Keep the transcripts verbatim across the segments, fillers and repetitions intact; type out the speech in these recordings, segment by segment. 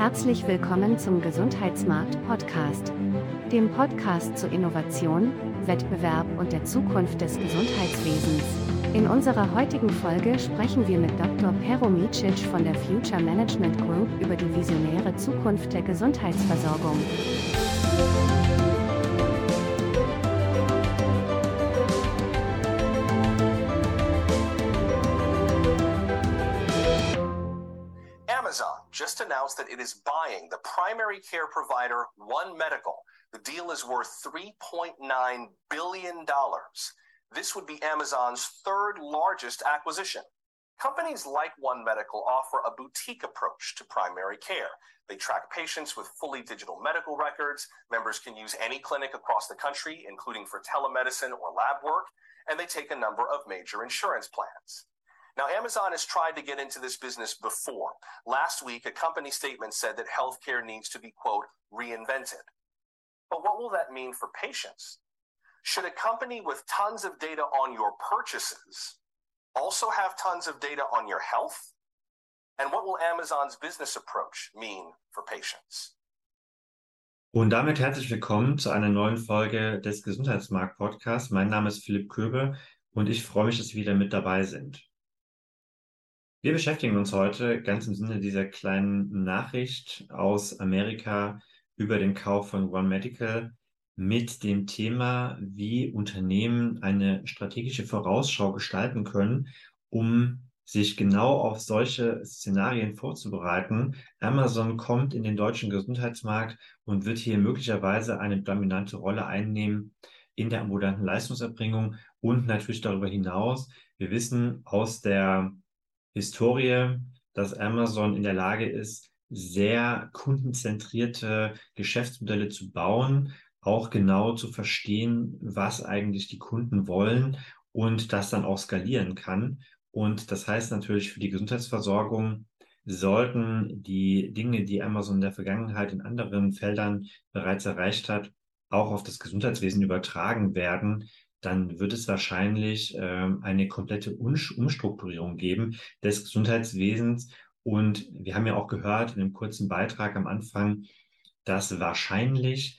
Herzlich willkommen zum Gesundheitsmarkt-Podcast, dem Podcast zu Innovation, Wettbewerb und der Zukunft des Gesundheitswesens. In unserer heutigen Folge sprechen wir mit Doktor Pero Micic von der Future Management Group über die visionäre Zukunft der Gesundheitsversorgung. Amazon just announced that it is buying the primary care provider One Medical. The deal is worth three point nine billion dollars. This would be Amazon's third largest acquisition. Companies like One Medical offer a boutique approach to primary care. They track patients with fully digital medical records. Members can use any clinic across the country, including for telemedicine or lab work, and they take a number of major insurance plans. Now, Amazon has tried to get into this business before. Last week, a company statement said that healthcare needs to be, quote, reinvented. But what will that mean for patients? Should a company with tons of data on your purchases also have tons of data on your health? And what will Amazon's business approach mean for patients? Und damit herzlich willkommen zu einer neuen Folge des Gesundheitsmarkt-Podcasts. Mein Name ist Philipp Köbe und ich freue mich, dass Sie wieder mit dabei sind. Wir beschäftigen uns heute ganz im Sinne dieser kleinen Nachricht aus Amerika über den Kauf von One Medical mit dem Thema, wie Unternehmen eine strategische Vorausschau gestalten können, um sich genau auf solche Szenarien vorzubereiten. Amazon kommt in den deutschen Gesundheitsmarkt und wird hier möglicherweise eine dominante Rolle einnehmen in der ambulanten Leistungserbringung und natürlich darüber hinaus. Wir wissen aus der Historie, dass Amazon in der Lage ist, sehr kundenzentrierte Geschäftsmodelle zu bauen, auch genau zu verstehen, was eigentlich die Kunden wollen und das dann auch skalieren kann. Und das heißt natürlich für die Gesundheitsversorgung sollten die Dinge, die Amazon in der Vergangenheit in anderen Feldern bereits erreicht hat, auch auf das Gesundheitswesen übertragen werden, dann wird es wahrscheinlich ähm, eine komplette Umstrukturierung geben des Gesundheitswesens. Und wir haben ja auch gehört in einem kurzen Beitrag am Anfang, dass wahrscheinlich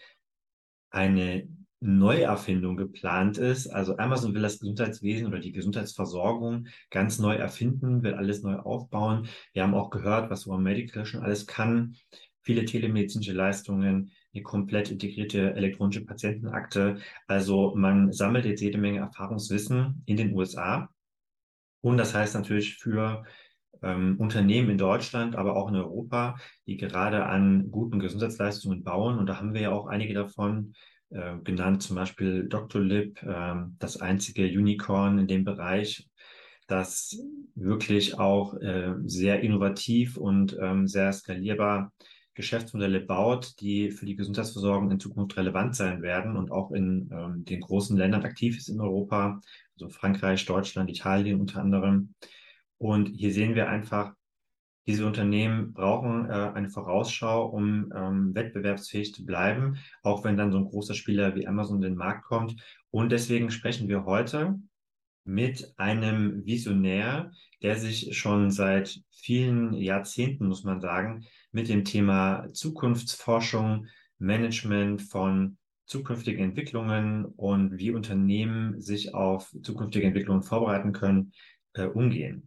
eine Neuerfindung geplant ist. Also Amazon will das Gesundheitswesen oder die Gesundheitsversorgung ganz neu erfinden, will alles neu aufbauen. Wir haben auch gehört, was One Medical schon alles kann. Viele telemedizinische Leistungen, eine komplett integrierte elektronische Patientenakte. Also man sammelt jetzt jede Menge Erfahrungswissen in den U S A. Und das heißt natürlich für ähm, Unternehmen in Deutschland, aber auch in Europa, die gerade an guten Gesundheitsleistungen bauen. Und da haben wir ja auch einige davon äh, genannt, zum Beispiel Doctolib, äh, das einzige Unicorn in dem Bereich, das wirklich auch äh, sehr innovativ und ähm, sehr skalierbar Geschäftsmodelle baut, die für die Gesundheitsversorgung in Zukunft relevant sein werden und auch in ähm, den großen Ländern aktiv ist in Europa, also Frankreich, Deutschland, Italien unter anderem. Und hier sehen wir einfach, diese Unternehmen brauchen äh, eine Vorausschau, um ähm, wettbewerbsfähig zu bleiben, auch wenn dann so ein großer Spieler wie Amazon in den Markt kommt. Und deswegen sprechen wir heute mit einem Visionär, der sich schon seit vielen Jahrzehnten, muss man sagen, mit dem Thema Zukunftsforschung, Management von zukünftigen Entwicklungen und wie Unternehmen sich auf zukünftige Entwicklungen vorbereiten können, äh, umgehen.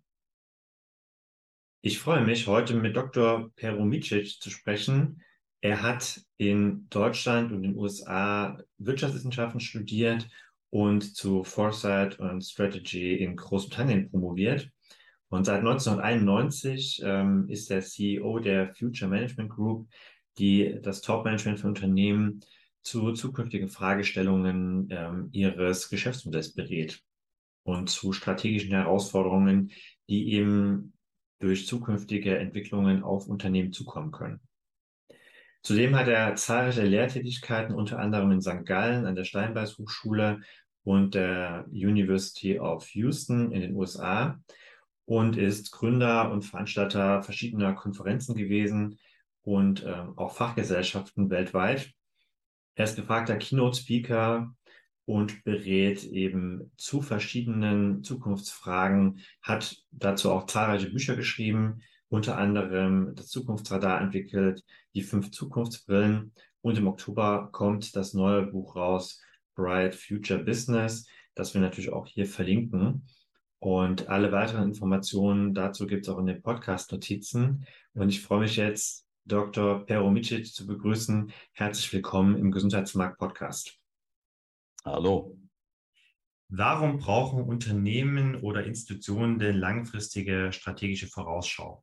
Ich freue mich, heute mit Doktor Pero Micic zu sprechen. Er hat in Deutschland und den U S A Wirtschaftswissenschaften studiert und zu Foresight und Strategy in Großbritannien promoviert. Und seit neunzehnhunderteinundneunzig ähm, ist er C E O der Future Management Group, die das Top-Management von Unternehmen zu zukünftigen Fragestellungen ähm, ihres Geschäftsmodells berät und zu strategischen Herausforderungen, die eben durch zukünftige Entwicklungen auf Unternehmen zukommen können. Zudem hat er zahlreiche Lehrtätigkeiten, unter anderem in Sankt Gallen an der Steinbeis Hochschule und der University of Houston in den U S A und ist Gründer und Veranstalter verschiedener Konferenzen gewesen und äh, auch Fachgesellschaften weltweit. Er ist gefragter Keynote-Speaker und berät eben zu verschiedenen Zukunftsfragen, hat dazu auch zahlreiche Bücher geschrieben unter anderem das Zukunftsradar entwickelt, die fünf Zukunftsbrillen, und im Oktober kommt das neue Buch raus, Bright Future Business, das wir natürlich auch hier verlinken. Und alle weiteren Informationen dazu gibt es auch in den Podcast-Notizen. Und ich freue mich jetzt, Doktor Pero Micic zu begrüßen. Herzlich willkommen im Gesundheitsmarkt-Podcast. Hallo. Warum brauchen Unternehmen oder Institutionen denn langfristige strategische Vorausschau?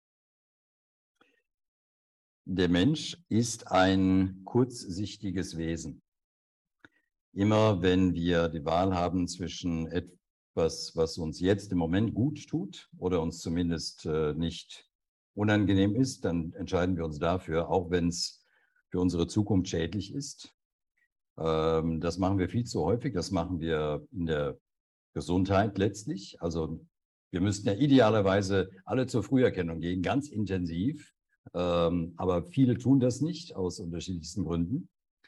Der Mensch ist ein kurzsichtiges Wesen. Immer wenn wir die Wahl haben zwischen etwas, was uns jetzt im Moment gut tut oder uns zumindest äh, nicht unangenehm ist, dann entscheiden wir uns dafür, auch wenn es für unsere Zukunft schädlich ist. Ähm, das machen wir viel zu häufig. Das machen wir in der Gesundheit letztlich. Also wir müssten ja idealerweise alle zur Früherkennung gehen, ganz intensiv. Ähm, aber viele tun das nicht, aus unterschiedlichsten Gründen.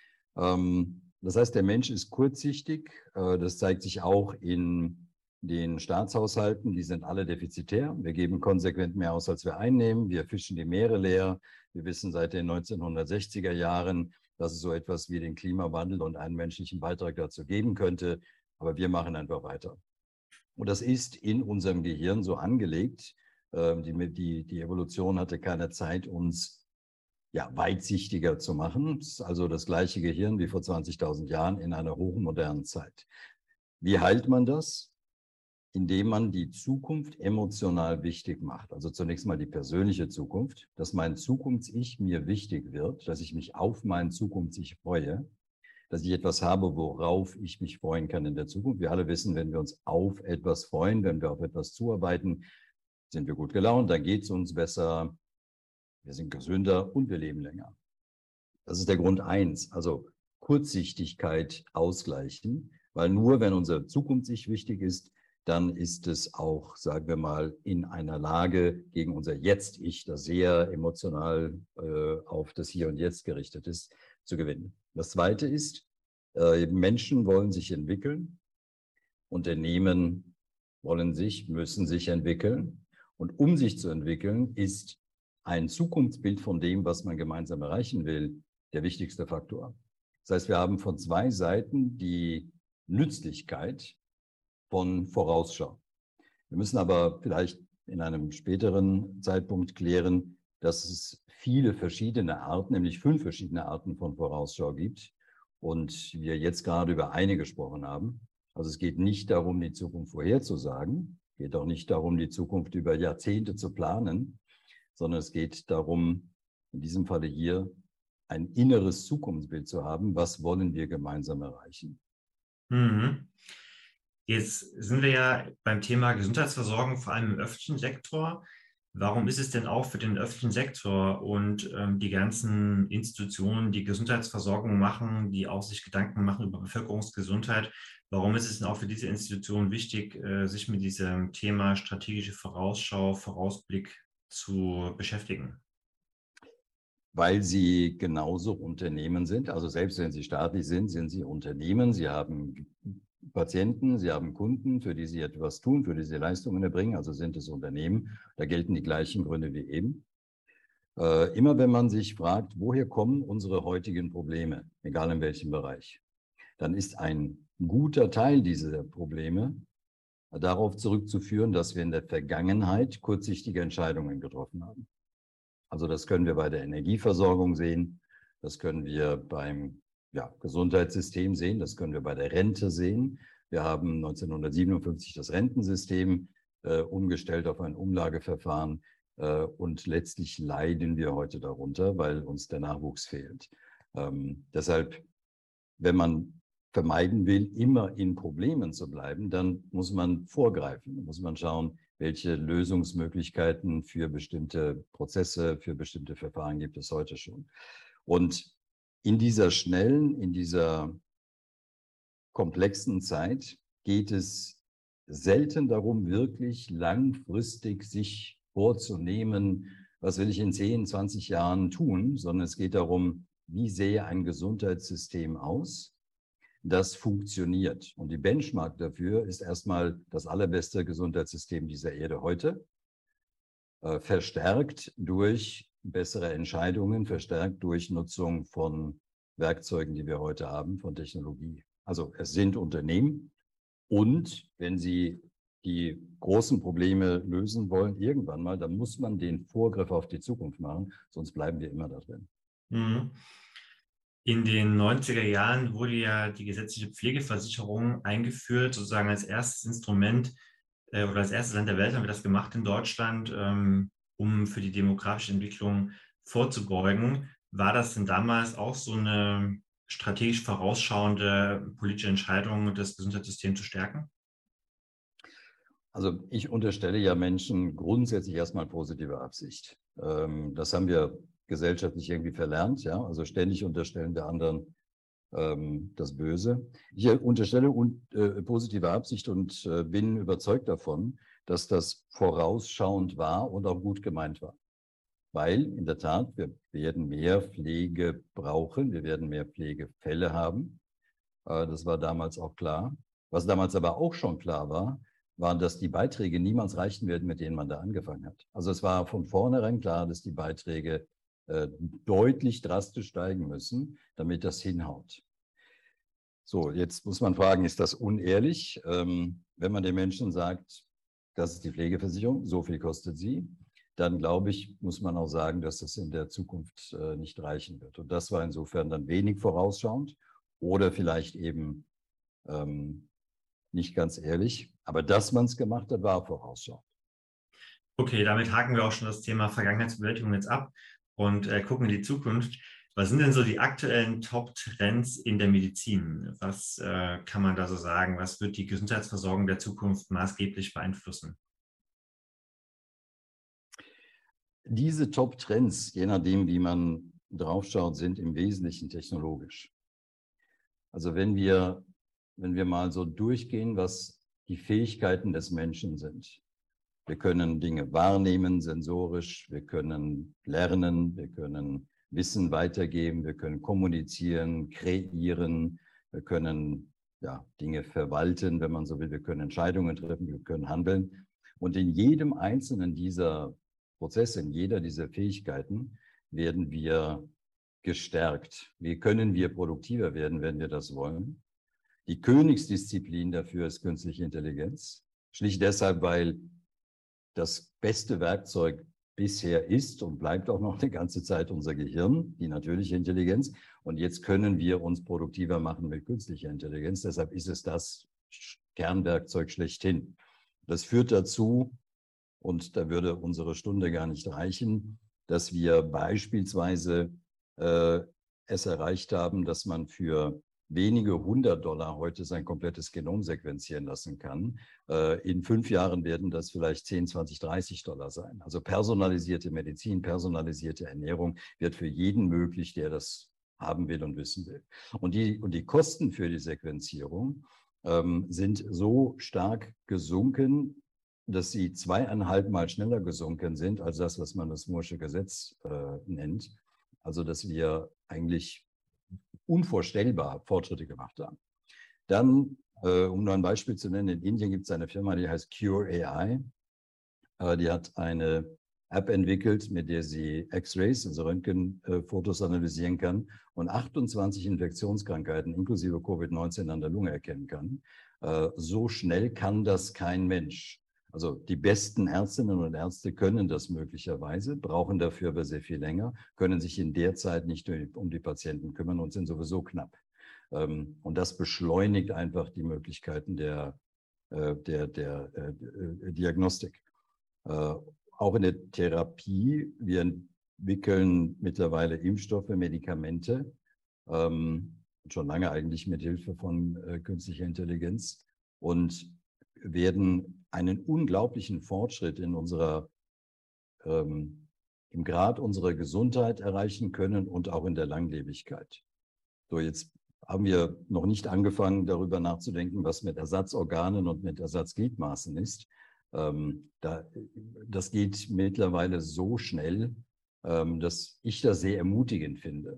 Ähm, das heißt, der Mensch ist kurzsichtig. Äh, das zeigt sich auch in den Staatshaushalten. Die sind alle defizitär. Wir geben konsequent mehr aus, als wir einnehmen. Wir fischen die Meere leer. Wir wissen seit den neunzehnhundertsechziger Jahren, dass es so etwas wie den Klimawandel und einen menschlichen Beitrag dazu geben könnte. Aber wir machen einfach weiter. Und das ist in unserem Gehirn so angelegt. Die, die, die Evolution hatte keine Zeit, uns ja, weitsichtiger zu machen. Das ist also das gleiche Gehirn wie vor zwanzigtausend Jahren in einer hochmodernen Zeit. Wie heilt man das? Indem man die Zukunft emotional wichtig macht. Also zunächst mal die persönliche Zukunft, dass mein Zukunfts-Ich mir wichtig wird, dass ich mich auf mein Zukunfts-Ich freue, dass ich etwas habe, worauf ich mich freuen kann in der Zukunft. Wir alle wissen, wenn wir uns auf etwas freuen, wenn wir auf etwas zuarbeiten, sind wir gut gelaunt, dann geht es uns besser, wir sind gesünder und wir leben länger. Das ist der Grund eins, also Kurzsichtigkeit ausgleichen, weil nur wenn unser Zukunfts-Ich wichtig ist, dann ist es auch, sagen wir mal, in einer Lage gegen unser Jetzt-Ich, das sehr emotional äh, auf das Hier und Jetzt gerichtet ist, zu gewinnen. Das Zweite ist, äh, Menschen wollen sich entwickeln, Unternehmen wollen sich, müssen sich entwickeln. Und um sich zu entwickeln, ist ein Zukunftsbild von dem, was man gemeinsam erreichen will, der wichtigste Faktor. Das heißt, wir haben von zwei Seiten die Nützlichkeit von Vorausschau. Wir müssen aber vielleicht in einem späteren Zeitpunkt klären, dass es viele verschiedene Arten, nämlich fünf verschiedene Arten von Vorausschau gibt und wir jetzt gerade über eine gesprochen haben. Also es geht nicht darum, die Zukunft vorherzusagen, es geht auch nicht darum, die Zukunft über Jahrzehnte zu planen, sondern es geht darum, in diesem Falle hier ein inneres Zukunftsbild zu haben. Was wollen wir gemeinsam erreichen? Mhm. Jetzt sind wir ja beim Thema Gesundheitsversorgung, vor allem im öffentlichen Sektor. Warum ist es denn auch für den öffentlichen Sektor und ähm, die ganzen Institutionen, die Gesundheitsversorgung machen, die auch sich Gedanken machen über Bevölkerungsgesundheit, warum ist es denn auch für diese Institutionen wichtig, äh, sich mit diesem Thema strategische Vorausschau, Vorausblick zu beschäftigen? Weil sie genauso Unternehmen sind. Also selbst wenn sie staatlich sind, sind sie Unternehmen. Sie haben Patienten, sie haben Kunden, für die sie etwas tun, für die sie Leistungen erbringen, also sind es Unternehmen. Da gelten die gleichen Gründe wie eben. Äh, immer wenn man sich fragt, woher kommen unsere heutigen Probleme, egal in welchem Bereich, dann ist ein guter Teil dieser Probleme darauf zurückzuführen, dass wir in der Vergangenheit kurzsichtige Entscheidungen getroffen haben. Also das können wir bei der Energieversorgung sehen, das können wir beim ja, Gesundheitssystem sehen, das können wir bei der Rente sehen. Wir haben neunzehnhundertsiebenundfünfzig das Rentensystem äh, umgestellt auf ein Umlageverfahren äh, und letztlich leiden wir heute darunter, weil uns der Nachwuchs fehlt. Ähm, deshalb, wenn man vermeiden will, immer in Problemen zu bleiben, dann muss man vorgreifen, dann muss man schauen, welche Lösungsmöglichkeiten für bestimmte Prozesse, für bestimmte Verfahren gibt es heute schon. Und in dieser schnellen, in dieser komplexen Zeit geht es selten darum, wirklich langfristig sich vorzunehmen, was will ich in zehn, zwanzig Jahren tun, sondern es geht darum, wie sähe ein Gesundheitssystem aus, das funktioniert. Und die Benchmark dafür ist erstmal das allerbeste Gesundheitssystem dieser Erde heute. äh, verstärkt durch bessere Entscheidungen, verstärkt durch Nutzung von Werkzeugen, die wir heute haben, von Technologie. Also es sind Unternehmen und wenn sie die großen Probleme lösen wollen, irgendwann mal, dann muss man den Vorgriff auf die Zukunft machen, sonst bleiben wir immer da drin. Mhm. In den neunziger Jahren wurde ja die gesetzliche Pflegeversicherung eingeführt, sozusagen als erstes Instrument äh, oder als erstes Land der Welt haben wir das gemacht in Deutschland, ähm, um für die demografische Entwicklung vorzubeugen. War das denn damals auch so eine strategisch vorausschauende politische Entscheidung, das Gesundheitssystem zu stärken? Also ich unterstelle ja Menschen grundsätzlich erstmal positive Absicht. Ähm, das haben wir gesellschaftlich irgendwie verlernt, ja. Also ständig unterstellen wir anderen ähm, das Böse. Ich unterstelle un äh, positive Absicht und äh, bin überzeugt davon, dass das vorausschauend war und auch gut gemeint war. Weil in der Tat, wir werden mehr Pflege brauchen, wir werden mehr Pflegefälle haben. Äh, das war damals auch klar. Was damals aber auch schon klar war, war, dass die Beiträge niemals reichen werden, mit denen man da angefangen hat. Also es war von vornherein klar, dass die Beiträge äh, deutlich drastisch steigen müssen, damit das hinhaut. So, jetzt muss man fragen, ist das unehrlich? Ähm, wenn man den Menschen sagt, das ist die Pflegeversicherung, so viel kostet sie, dann glaube ich, muss man auch sagen, dass das in der Zukunft äh, nicht reichen wird. Und das war insofern dann wenig vorausschauend oder vielleicht eben ähm, nicht ganz ehrlich. Aber dass man es gemacht hat, war vorausschauend. Okay, damit haken wir auch schon das Thema Vergangenheitsbewältigung jetzt ab und äh, gucken in die Zukunft. Was sind denn so die aktuellen Top-Trends in der Medizin? Was äh, kann man da so sagen? Was wird die Gesundheitsversorgung der Zukunft maßgeblich beeinflussen? Diese Top-Trends, je nachdem, wie man draufschaut, sind im Wesentlichen technologisch. Also wenn wir, wenn wir mal so durchgehen, was die Fähigkeiten des Menschen sind. Wir können Dinge wahrnehmen, sensorisch, wir können lernen, wir können Wissen weitergeben, wir können kommunizieren, kreieren, wir können ja, Dinge verwalten, wenn man so will, wir können Entscheidungen treffen, wir können handeln. Und in jedem einzelnen dieser Prozesse, in jeder dieser Fähigkeiten werden wir gestärkt. Wie können wir produktiver werden, wenn wir das wollen? Die Königsdisziplin dafür ist künstliche Intelligenz. Schlicht deshalb, weil das beste Werkzeug bisher ist und bleibt auch noch eine ganze Zeit unser Gehirn, die natürliche Intelligenz. Und jetzt können wir uns produktiver machen mit künstlicher Intelligenz. Deshalb ist es das Kernwerkzeug schlechthin. Das führt dazu, und da würde unsere Stunde gar nicht reichen, dass wir beispielsweise äh, es erreicht haben, dass man für wenige hundert Dollar heute sein komplettes Genom sequenzieren lassen kann. Äh, in fünf Jahren werden das vielleicht zehn, zwanzig, dreißig Dollar sein. Also personalisierte Medizin, personalisierte Ernährung wird für jeden möglich, der das haben will und wissen will. Und die, und die Kosten für die Sequenzierung ähm, sind so stark gesunken, dass sie zweieinhalb Mal schneller gesunken sind als das, was man das Moore'sche Gesetz äh, nennt. Also dass wir eigentlich unvorstellbar Fortschritte gemacht haben. Dann, äh, um nur ein Beispiel zu nennen, in Indien gibt es eine Firma, die heißt Cure A I. Äh, die hat eine App entwickelt, mit der sie X-Rays, also Röntgenfotos äh, analysieren kann und achtundzwanzig Infektionskrankheiten inklusive Covid neunzehn an der Lunge erkennen kann. Äh, so schnell kann das kein Mensch. Also die besten Ärztinnen und Ärzte können das möglicherweise, brauchen dafür aber sehr viel länger, können sich in der Zeit nicht um die Patienten kümmern und sind sowieso knapp. Und das beschleunigt einfach die Möglichkeiten der, der, der, der Diagnostik. Auch in der Therapie, wir entwickeln mittlerweile Impfstoffe, Medikamente, schon lange eigentlich mit Hilfe von künstlicher Intelligenz und werden einen unglaublichen Fortschritt in unserer, ähm, im Grad unserer Gesundheit erreichen können und auch in der Langlebigkeit. So, jetzt haben wir noch nicht angefangen, darüber nachzudenken, was mit Ersatzorganen und mit Ersatzgliedmaßen ist. Ähm, da, das geht mittlerweile so schnell, ähm, dass ich das sehr ermutigend finde.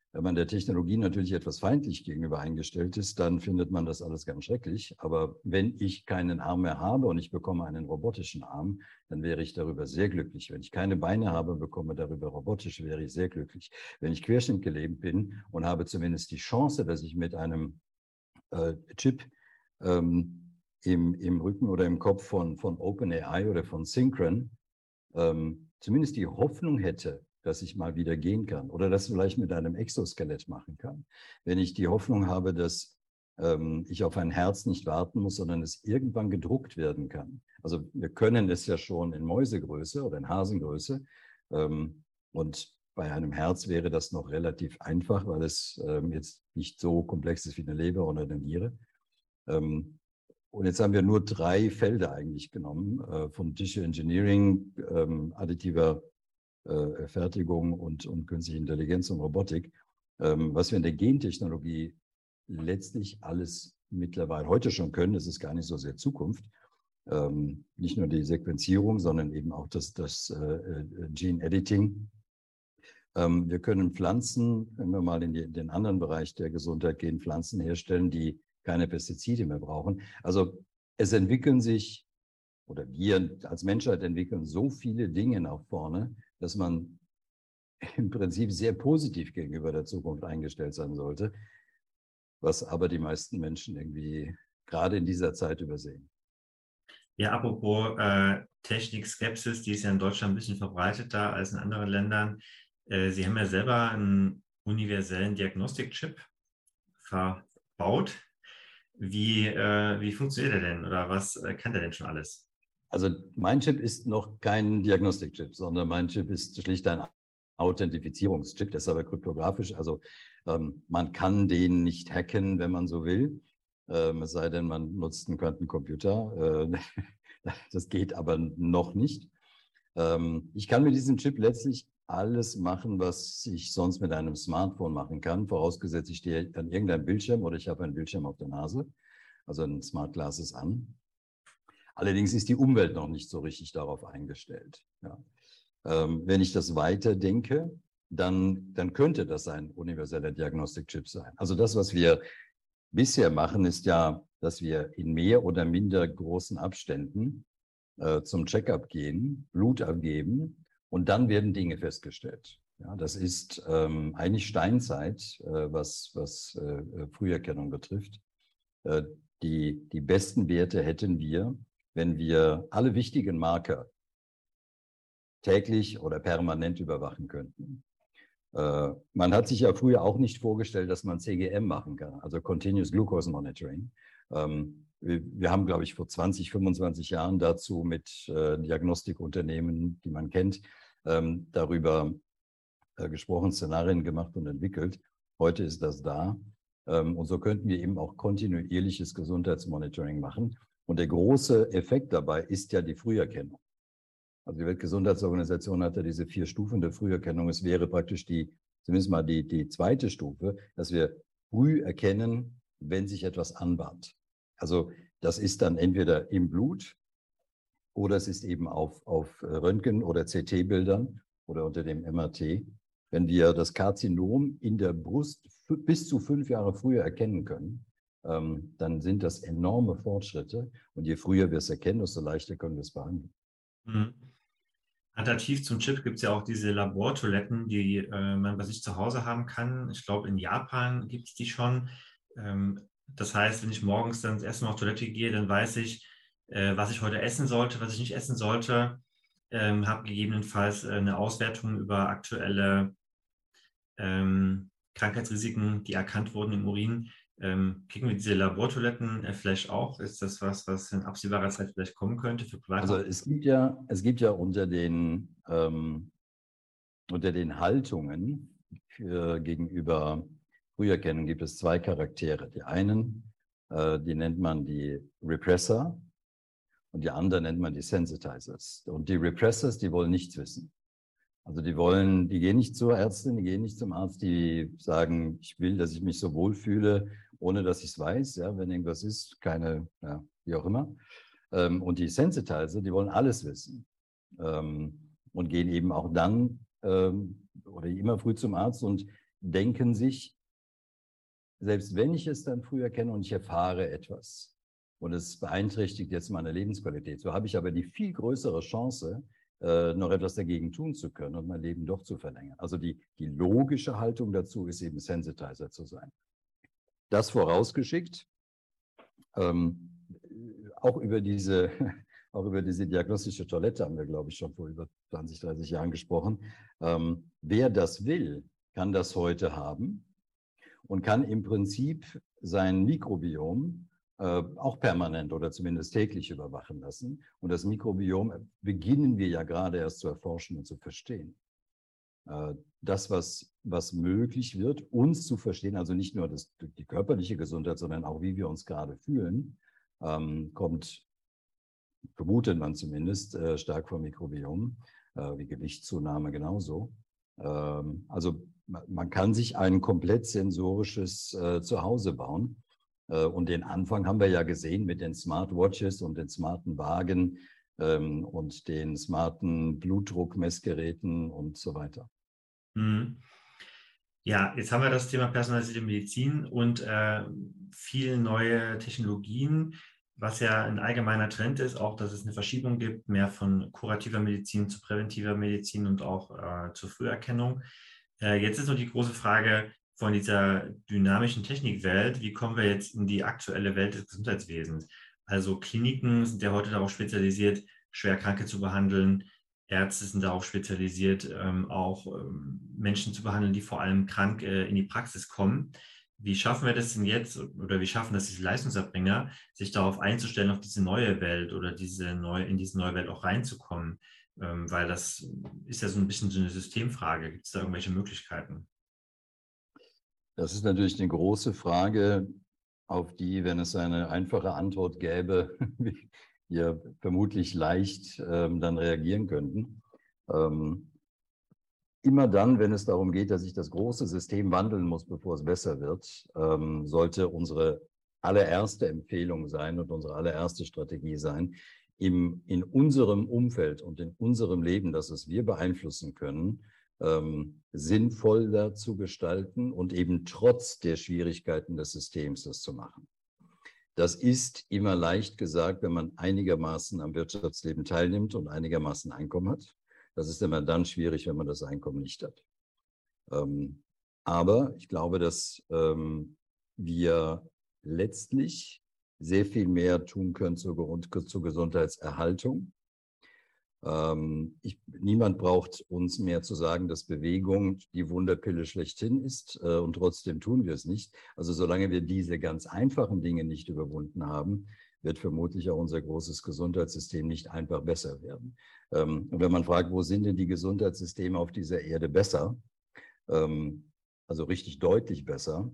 Wenn man der Technologie natürlich etwas feindlich gegenüber eingestellt ist, dann findet man das alles ganz schrecklich. Aber wenn ich keinen Arm mehr habe und ich bekomme einen robotischen Arm, dann wäre ich darüber sehr glücklich. Wenn ich keine Beine habe, bekomme darüber robotisch, wäre ich sehr glücklich. Wenn ich querschnittgelähmt bin und habe zumindest die Chance, dass ich mit einem äh, Chip ähm, im, im Rücken oder im Kopf von, von OpenAI oder von Synchron ähm, zumindest die Hoffnung hätte, dass ich mal wieder gehen kann oder das vielleicht mit einem Exoskelett machen kann. Wenn ich die Hoffnung habe, dass ähm, ich auf ein Herz nicht warten muss, sondern es irgendwann gedruckt werden kann. Also wir können es ja schon in Mäusegröße oder in Hasengröße. Ähm, und bei einem Herz wäre das noch relativ einfach, weil es ähm, jetzt nicht so komplex ist wie eine Leber oder eine Niere. Ähm, und jetzt haben wir nur drei Felder eigentlich genommen, äh, von Tissue Engineering, ähm, additiver Äh, Fertigung und, und künstliche Intelligenz und Robotik, ähm, was wir in der Gentechnologie letztlich alles mittlerweile heute schon können, das ist gar nicht so sehr Zukunft, ähm, nicht nur die Sequenzierung, sondern eben auch das, das äh, Gene Editing. Ähm, wir können Pflanzen, wenn wir mal in, die, in den anderen Bereich der Gesundheit gehen, Pflanzen herstellen, die keine Pestizide mehr brauchen. Also es entwickeln sich, oder wir als Menschheit entwickeln so viele Dinge nach vorne, dass man im Prinzip sehr positiv gegenüber der Zukunft eingestellt sein sollte, was aber die meisten Menschen irgendwie gerade in dieser Zeit übersehen. Ja, apropos äh, Technik-Skepsis, die ist ja in Deutschland ein bisschen verbreiteter als in anderen Ländern. Äh, Sie haben ja selber einen universellen Diagnostikchip verbaut. Wie, äh, wie funktioniert der denn oder was äh, kann der denn schon alles? Also mein Chip ist noch kein Diagnostikchip, sondern mein Chip ist schlicht ein Authentifizierungschip, das ist aber kryptografisch. Also ähm, man kann den nicht hacken, wenn man so will. Ähm, es sei denn, man nutzt einen Quantencomputer. Äh, das geht aber noch nicht. Ähm, ich kann mit diesem Chip letztlich alles machen, was ich sonst mit einem Smartphone machen kann, vorausgesetzt ich stehe an irgendeinem Bildschirm oder ich habe einen Bildschirm auf der Nase, also ein Smart Glasses an. Allerdings ist die Umwelt noch nicht so richtig darauf eingestellt. Ja. Ähm, wenn ich das weiterdenke, dann, dann könnte das ein universeller Diagnostikchip sein. Also das, was wir bisher machen, ist ja, dass wir in mehr oder minder großen Abständen äh, zum Check-up gehen, Blut abgeben und dann werden Dinge festgestellt. Ja, das ist ähm, eigentlich Steinzeit, äh, was, was äh, Früherkennung betrifft. Äh, die, die besten Werte hätten wir, wenn wir alle wichtigen Marker täglich oder permanent überwachen könnten. Äh, man hat sich ja früher auch nicht vorgestellt, dass man C G M machen kann, also Continuous Glucose Monitoring. Ähm, wir, wir haben, glaube ich, vor zwanzig, fünfundzwanzig Jahren dazu mit äh, Diagnostikunternehmen, die man kennt, ähm, darüber äh, gesprochen, Szenarien gemacht und entwickelt. Heute ist das da. Ähm, und so könnten wir eben auch kontinuierliches Gesundheitsmonitoring machen. Und der große Effekt dabei ist ja die Früherkennung. Also die Weltgesundheitsorganisation hat ja diese vier Stufen der Früherkennung. Es wäre praktisch die, zumindest mal die, die zweite Stufe, dass wir früh erkennen, wenn sich etwas anbahnt. Also das ist dann entweder im Blut oder es ist eben auf, auf Röntgen- oder C T-Bildern oder unter dem M R T. Wenn wir das Karzinom in der Brust bis zu fünf Jahre früher erkennen können, ähm, dann sind das enorme Fortschritte. Und je früher wir es erkennen, desto leichter können wir es behandeln. Mhm. Alternativ zum Chip gibt es ja auch diese Labortoiletten, die äh, man bei sich zu Hause haben kann. Ich glaube, in Japan gibt es die schon. Ähm, das heißt, wenn ich morgens dann das erste Mal auf Toilette gehe, dann weiß ich, äh, was ich heute essen sollte, was ich nicht essen sollte. Ähm, habe gegebenenfalls äh, eine Auswertung über aktuelle ähm, Krankheitsrisiken, die erkannt wurden im Urin. Ähm, kriegen wir diese Labortoiletten äh, vielleicht auch? Ist das was, was in absehbarer Zeit vielleicht kommen könnte für Private? Also es gibt ja, es gibt ja unter den, ähm, unter den Haltungen für, gegenüber Früherkennung gibt es zwei Charaktere. Die einen, äh, die nennt man die Repressor und die anderen nennt man die Sensitizers. Und die Repressors, die wollen nichts wissen. Also die wollen, die gehen nicht zur Ärztin, die gehen nicht zum Arzt, die sagen, ich will, dass ich mich so wohlfühle, ohne dass ich es weiß, ja, wenn irgendwas ist, keine, ja, wie auch immer. Ähm, und die Sensitizer, die wollen alles wissen ähm, und gehen eben auch dann ähm, oder immer früh zum Arzt und denken sich, selbst wenn ich es dann früh erkenne und ich erfahre etwas und es beeinträchtigt jetzt meine Lebensqualität, so habe ich aber die viel größere Chance, äh, noch etwas dagegen tun zu können und mein Leben doch zu verlängern. Also die, die logische Haltung dazu ist eben Sensitizer zu sein. Das vorausgeschickt, ähm, auch über diese, auch über diese diagnostische Toilette haben wir, glaube ich, schon vor über zwanzig, dreißig Jahren gesprochen. Ähm, wer das will, kann das heute haben und kann im Prinzip sein Mikrobiom äh, auch permanent oder zumindest täglich überwachen lassen. Und das Mikrobiom beginnen wir ja gerade erst zu erforschen und zu verstehen. Äh, das, was, was möglich wird, uns zu verstehen, also nicht nur das, die körperliche Gesundheit, sondern auch, wie wir uns gerade fühlen, ähm, kommt, vermutet man zumindest, äh, stark vom Mikrobiom, äh, wie Gewichtszunahme genauso. Ähm, also man kann sich ein komplett sensorisches äh, Zuhause bauen. Äh, und den Anfang haben wir ja gesehen mit den Smartwatches und den smarten Wagen ähm, und den smarten Blutdruckmessgeräten und so weiter. Mhm. Ja, jetzt haben wir das Thema personalisierte Medizin und äh, viele neue Technologien, was ja ein allgemeiner Trend ist, auch dass es eine Verschiebung gibt, mehr von kurativer Medizin zu präventiver Medizin und auch äh, zur Früherkennung. Äh, jetzt ist nur die große Frage von dieser dynamischen Technikwelt, wie kommen wir jetzt in die aktuelle Welt des Gesundheitswesens? Also Kliniken sind ja heute darauf spezialisiert, Schwerkranke zu behandeln. Ärzte sind darauf spezialisiert, ähm, auch ähm, Menschen zu behandeln, die vor allem krank äh, in die Praxis kommen. Wie schaffen wir das denn jetzt oder wie schaffen das diese Leistungserbringer, sich darauf einzustellen, auf diese neue Welt oder diese neue, in diese neue Welt auch reinzukommen? Ähm, weil das ist ja so ein bisschen so eine Systemfrage. Gibt es da irgendwelche Möglichkeiten? Das ist natürlich eine große Frage, auf die, wenn es eine einfache Antwort gäbe, wir vermutlich leicht ähm, dann reagieren könnten. Ähm, immer dann, wenn es darum geht, dass sich das große System wandeln muss, bevor es besser wird, ähm, sollte unsere allererste Empfehlung sein und unsere allererste Strategie sein, im, in unserem Umfeld und in unserem Leben, das es wir beeinflussen können, ähm, sinnvoller zu gestalten und eben trotz der Schwierigkeiten des Systems das zu machen. Das ist immer leicht gesagt, wenn man einigermaßen am Wirtschaftsleben teilnimmt und einigermaßen Einkommen hat. Das ist immer dann schwierig, wenn man das Einkommen nicht hat. Ähm, aber ich glaube, dass ähm, wir letztlich sehr viel mehr tun können zur, zur Gesundheitserhaltung. Ähm, ich, niemand braucht uns mehr zu sagen, dass Bewegung die Wunderpille schlechthin ist äh, und trotzdem tun wir es nicht. Also solange wir diese ganz einfachen Dinge nicht überwunden haben, wird vermutlich auch unser großes Gesundheitssystem nicht einfach besser werden. Ähm, und wenn man fragt, wo sind denn die Gesundheitssysteme auf dieser Erde besser, ähm, also richtig deutlich besser,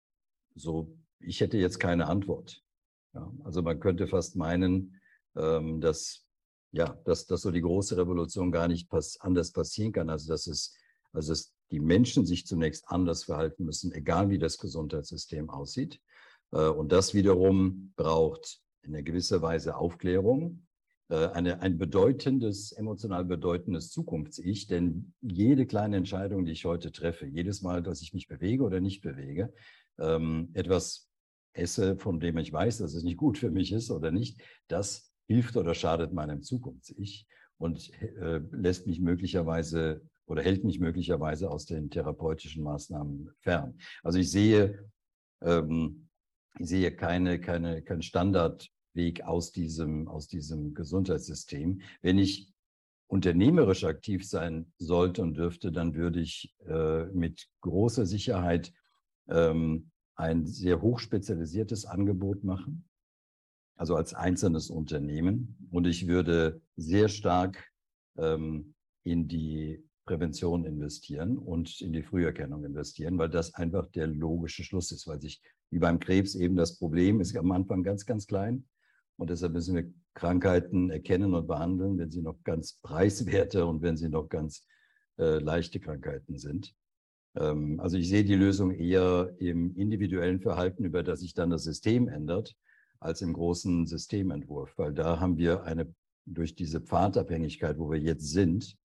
so ich hätte jetzt keine Antwort. Ja, also man könnte fast meinen, ähm, dass ja, dass, dass so die große Revolution gar nicht pass anders passieren kann, also dass es, also dass die Menschen sich zunächst anders verhalten müssen, egal wie das Gesundheitssystem aussieht. Äh, und das wiederum braucht in einer gewisser Weise Aufklärung, äh, eine, ein bedeutendes, emotional bedeutendes Zukunfts-Ich, denn jede kleine Entscheidung, die ich heute treffe, jedes Mal, dass ich mich bewege oder nicht bewege, ähm, etwas esse, von dem ich weiß, dass es nicht gut für mich ist oder nicht, das hilft oder schadet meinem Zukunfts-Ich und äh, lässt mich möglicherweise oder hält mich möglicherweise aus den therapeutischen Maßnahmen fern. Also ich sehe, ähm, ich sehe keine, keine, keinen Standardweg aus diesem, aus diesem Gesundheitssystem. Wenn ich unternehmerisch aktiv sein sollte und dürfte, dann würde ich äh, mit großer Sicherheit ähm, ein sehr hochspezialisiertes Angebot machen, also als einzelnes Unternehmen. Und ich würde sehr stark ähm, in die Prävention investieren und in die Früherkennung investieren, weil das einfach der logische Schluss ist, weil sich wie beim Krebs eben das Problem ist am Anfang ganz, ganz klein. Und deshalb müssen wir Krankheiten erkennen und behandeln, wenn sie noch ganz preiswerte und wenn sie noch ganz äh, leichte Krankheiten sind. Ähm, also ich sehe die Lösung eher im individuellen Verhalten, über das sich dann das System ändert, als im großen Systementwurf, weil da haben wir eine, durch diese Pfadabhängigkeit, wo wir jetzt sind,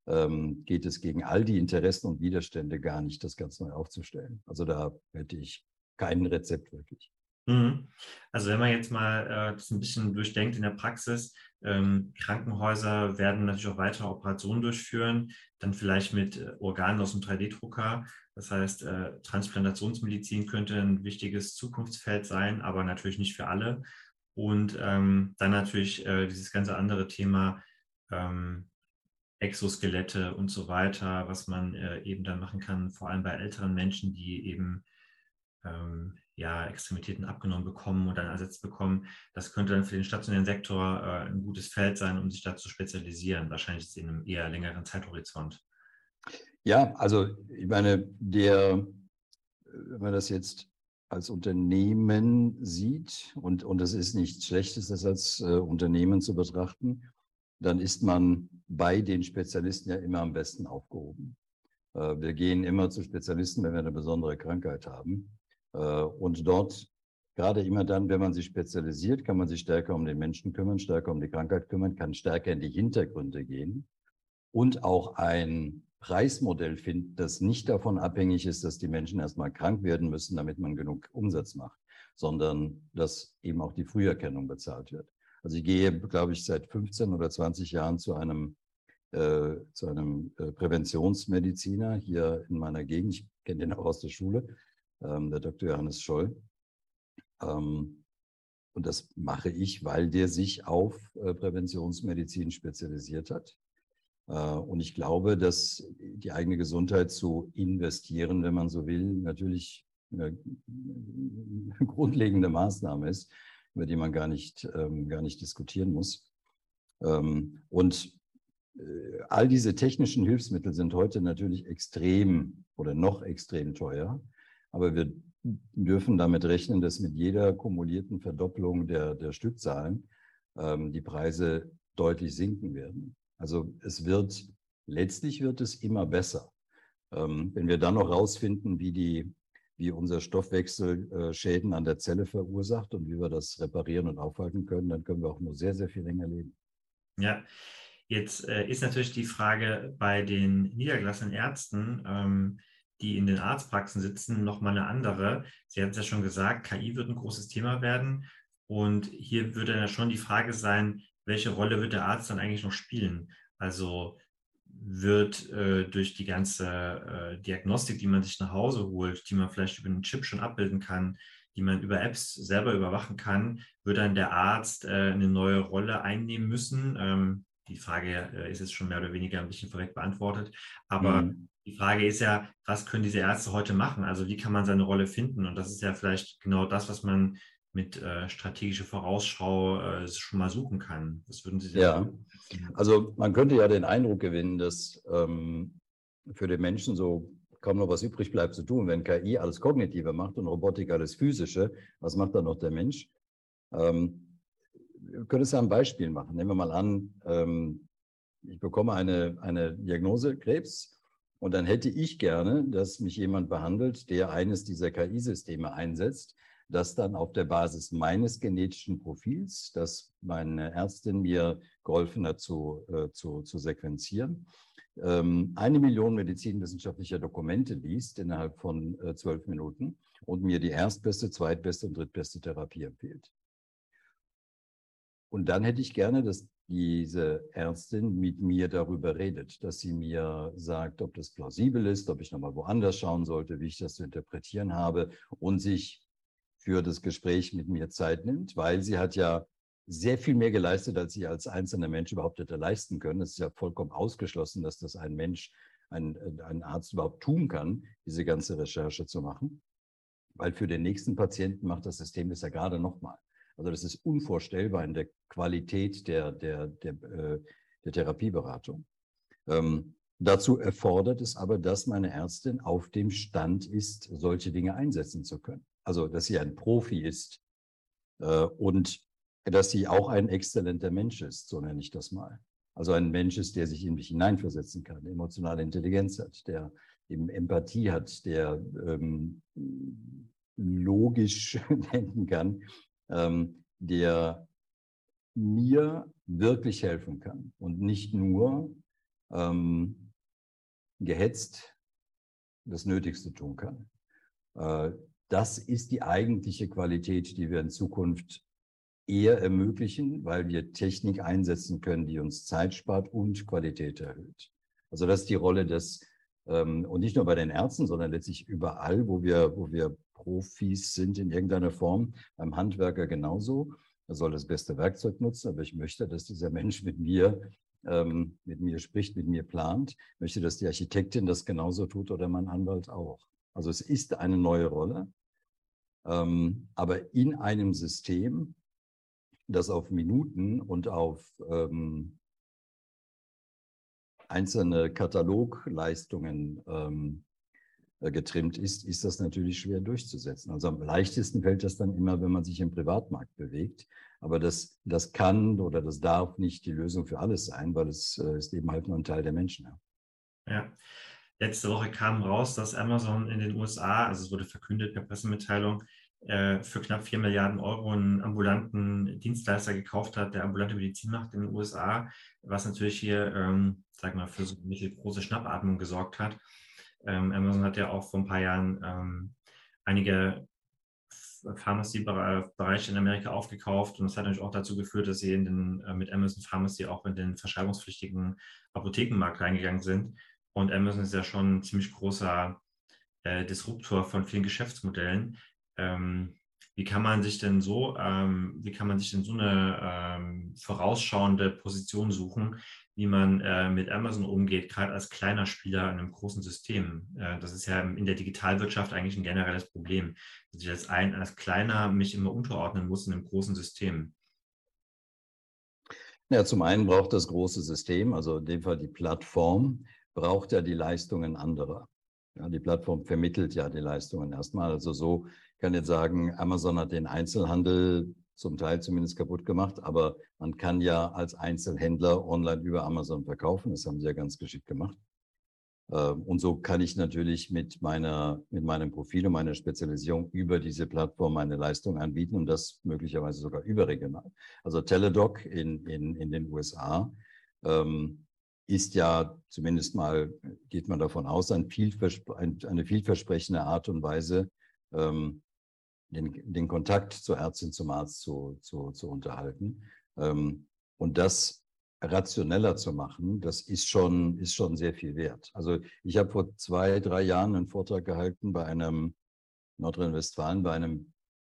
ähm, geht es gegen all die Interessen und Widerstände gar nicht, das ganz neu aufzustellen. Also da hätte ich kein Rezept wirklich. Also wenn man jetzt mal äh, das ein bisschen durchdenkt in der Praxis, ähm, Krankenhäuser werden natürlich auch weitere Operationen durchführen, dann vielleicht mit äh, Organen aus dem drei D Drucker. Das heißt, äh, Transplantationsmedizin könnte ein wichtiges Zukunftsfeld sein, aber natürlich nicht für alle. Und ähm, dann natürlich äh, dieses ganze andere Thema ähm, Exoskelette und so weiter, was man äh, eben dann machen kann, vor allem bei älteren Menschen, die eben ähm, ja, Extremitäten abgenommen bekommen und dann ersetzt bekommen. Das könnte dann für den stationären Sektor äh, ein gutes Feld sein, um sich da zu spezialisieren. Wahrscheinlich in einem eher längeren Zeithorizont. Ja, also ich meine, der, wenn man das jetzt als Unternehmen sieht, und, und das ist nichts Schlechtes, das als äh, Unternehmen zu betrachten, dann ist man bei den Spezialisten ja immer am besten aufgehoben. Äh, wir gehen immer zu Spezialisten, wenn wir eine besondere Krankheit haben. Und dort, gerade immer dann, wenn man sich spezialisiert, kann man sich stärker um den Menschen kümmern, stärker um die Krankheit kümmern, kann stärker in die Hintergründe gehen und auch ein Preismodell finden, das nicht davon abhängig ist, dass die Menschen erstmal krank werden müssen, damit man genug Umsatz macht, sondern dass eben auch die Früherkennung bezahlt wird. Also ich gehe, glaube ich, seit fünfzehn oder zwanzig Jahren zu einem, äh, zu einem äh, Präventionsmediziner hier in meiner Gegend. Ich kenne den auch aus der Schule. Der Doktor Johannes Scholl. Und das mache ich, weil der sich auf Präventionsmedizin spezialisiert hat. Und ich glaube, dass die eigene Gesundheit zu investieren, wenn man so will, natürlich eine grundlegende Maßnahme ist, über die man gar nicht, gar nicht diskutieren muss. Und all diese technischen Hilfsmittel sind heute natürlich extrem oder noch extrem teuer. Aber wir dürfen damit rechnen, dass mit jeder kumulierten Verdopplung der, der Stückzahlen ähm, die Preise deutlich sinken werden. Also es wird, letztlich wird es immer besser. Ähm, wenn wir dann noch rausfinden, wie, die, wie unser Stoffwechsel äh, Schäden an der Zelle verursacht und wie wir das reparieren und aufhalten können, dann können wir auch nur sehr, sehr viel länger leben. Ja, jetzt äh, ist natürlich die Frage bei den niedergelassenen Ärzten, ähm, die in den Arztpraxen sitzen, nochmal eine andere. Sie hat es ja schon gesagt, K I wird ein großes Thema werden. Und hier würde dann ja schon die Frage sein, welche Rolle wird der Arzt dann eigentlich noch spielen? Also wird äh, durch die ganze äh, Diagnostik, die man sich nach Hause holt, die man vielleicht über einen Chip schon abbilden kann, die man über Apps selber überwachen kann, wird dann der Arzt äh, eine neue Rolle einnehmen müssen? Ähm, die Frage äh, ist jetzt schon mehr oder weniger ein bisschen vorweg beantwortet. Aber mhm. Die Frage ist ja, was können diese Ärzte heute machen? Also wie kann man seine Rolle finden? Und das ist ja vielleicht genau das, was man mit äh, strategischer Vorausschau äh, schon mal suchen kann. Was würden Sie denn Ja, sagen? Also man könnte ja den Eindruck gewinnen, dass ähm, für den Menschen so kaum noch was übrig bleibt zu tun. Wenn K I alles Kognitive macht und Robotik alles Physische, was macht dann noch der Mensch? Ähm, wir können es ja ein Beispiel machen. Nehmen wir mal an, ähm, ich bekomme eine, eine Diagnose, Krebs, und dann hätte ich gerne, dass mich jemand behandelt, der eines dieser K I-Systeme einsetzt, das dann auf der Basis meines genetischen Profils, das meine Ärztin mir geholfen hat zu, äh, zu, zu sequenzieren, ähm, eine Million medizinwissenschaftlicher Dokumente liest innerhalb von äh, zwölf Minuten und mir die erstbeste, zweitbeste und drittbeste Therapie empfiehlt. Und dann hätte ich gerne, dass diese Ärztin mit mir darüber redet, dass sie mir sagt, ob das plausibel ist, ob ich nochmal woanders schauen sollte, wie ich das zu interpretieren habe und sich für das Gespräch mit mir Zeit nimmt, weil sie hat ja sehr viel mehr geleistet, als sie als einzelner Mensch überhaupt hätte leisten können. Es ist ja vollkommen ausgeschlossen, dass das ein Mensch, ein, ein Arzt überhaupt tun kann, diese ganze Recherche zu machen, weil für den nächsten Patienten macht das System das ja gerade nochmal. Also das ist unvorstellbar in der Qualität der, der, der, äh, der Therapieberatung. Ähm, dazu erfordert es aber, dass meine Ärztin auf dem Stand ist, solche Dinge einsetzen zu können. Also dass sie ein Profi ist äh, und dass sie auch ein exzellenter Mensch ist, so nenne ich das mal. Also ein Mensch ist, der sich in mich hineinversetzen kann, emotionale Intelligenz hat, der eben Empathie hat, der ähm, logisch denken kann, ähm, der mir wirklich helfen kann und nicht nur ähm, gehetzt das Nötigste tun kann. Äh, das ist die eigentliche Qualität, die wir in Zukunft eher ermöglichen, weil wir Technik einsetzen können, die uns Zeit spart und Qualität erhöht. Also das ist die Rolle des, ähm, und nicht nur bei den Ärzten, sondern letztlich überall, wo wir, wo wir Profis sind in irgendeiner Form, beim Handwerker genauso. Er soll das beste Werkzeug nutzen, aber ich möchte, dass dieser Mensch mit mir, ähm, mit mir spricht, mit mir plant. Ich möchte, dass die Architektin das genauso tut oder mein Anwalt auch. Also es ist eine neue Rolle, ähm, aber in einem System, das auf Minuten und auf ähm, einzelne Katalogleistungen ähm, getrimmt ist, ist das natürlich schwer durchzusetzen. Also am leichtesten fällt das dann immer, wenn man sich im Privatmarkt bewegt. Aber das, das kann oder das darf nicht die Lösung für alles sein, weil es äh, ist eben halt nur ein Teil der Menschen. Ja. Ja. Letzte Woche kam raus, dass Amazon in den U S A, also es wurde verkündet per Pressemitteilung, äh, für knapp vier Milliarden Euro einen ambulanten Dienstleister gekauft hat, der ambulante Medizin macht in den U S A, was natürlich hier, ähm, sag mal, für so eine mittelgroße Schnappatmung gesorgt hat. Ähm, Amazon hat ja auch vor ein paar Jahren ähm, einige Pharmacy-Bereiche in Amerika aufgekauft und das hat natürlich auch dazu geführt, dass sie in den, äh, mit Amazon Pharmacy auch in den verschreibungspflichtigen Apothekenmarkt reingegangen sind. Und Amazon ist ja schon ein ziemlich großer äh, Disruptor von vielen Geschäftsmodellen. Ähm, wie kann man sich denn so, ähm, wie kann man sich denn so eine ähm, vorausschauende Position suchen, wie man äh, mit Amazon umgeht, gerade als kleiner Spieler in einem großen System? Äh, das ist ja in der Digitalwirtschaft eigentlich ein generelles Problem, dass ich als, ein, als Kleiner mich immer unterordnen muss in einem großen System. Ja, zum einen braucht das große System, also in dem Fall die Plattform, braucht ja die Leistungen anderer. Ja, die Plattform vermittelt ja die Leistungen erstmal. Also so kann ich jetzt sagen, Amazon hat den Einzelhandel zum Teil zumindest kaputt gemacht, aber man kann ja als Einzelhändler online über Amazon verkaufen. Das haben sie ja ganz geschickt gemacht. Und so kann ich natürlich mit meiner, mit meinem Profil und meiner Spezialisierung über diese Plattform meine Leistung anbieten und das möglicherweise sogar überregional. Also Teladoc in, in, in den U S A ähm, ist ja zumindest mal, geht man davon aus, ein vielverspre- ein, eine vielversprechende Art und Weise, ähm, den, den Kontakt zur Ärztin, zum Arzt zu, zu, zu unterhalten. Ähm, und das rationeller zu machen, das ist schon, ist schon sehr viel wert. Also ich habe vor zwei, drei Jahren einen Vortrag gehalten bei einem Nordrhein-Westfalen, bei einem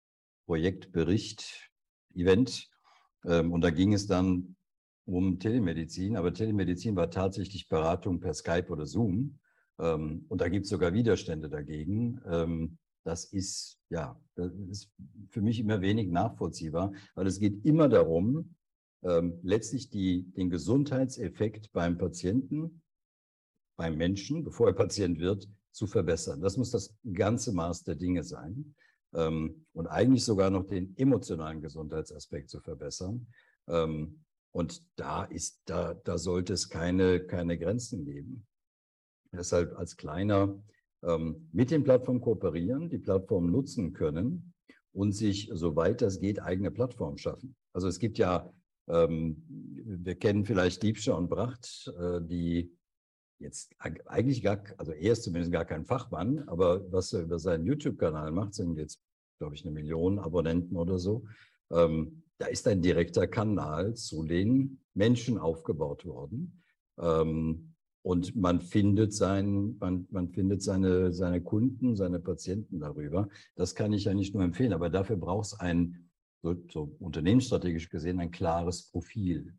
Projektbericht, Event. Ähm, und da ging es dann um Telemedizin, aber Telemedizin war tatsächlich Beratung per Skype oder Zoom. Ähm, und da gibt es sogar Widerstände dagegen. Ähm, das ist, ja, das ist für mich immer wenig nachvollziehbar, weil es geht immer darum, ähm, letztlich die, den Gesundheitseffekt beim Patienten, beim Menschen, bevor er Patient wird, zu verbessern. Das muss das ganze Maß der Dinge sein. Ähm, und eigentlich sogar noch den emotionalen Gesundheitsaspekt zu verbessern. Ähm, und da ist, da, da sollte es keine, keine Grenzen geben. Deshalb als Kleiner ähm, mit den Plattformen kooperieren, die Plattform nutzen können und sich, soweit das geht, eigene Plattformen schaffen. Also es gibt ja, ähm, wir kennen vielleicht Liebscher und Bracht, äh, die jetzt eigentlich gar, also er ist zumindest gar kein Fachmann, aber was er über seinen YouTube-Kanal macht, sind jetzt, glaube ich, eine Million Abonnenten oder so. Ähm, da ist ein direkter Kanal zu den Menschen aufgebaut worden. Ähm, und man findet, sein, man, man findet seine, seine Kunden, seine Patienten darüber. Das kann ich ja nicht nur empfehlen, aber dafür braucht es ein, so, so unternehmensstrategisch gesehen, ein klares Profil.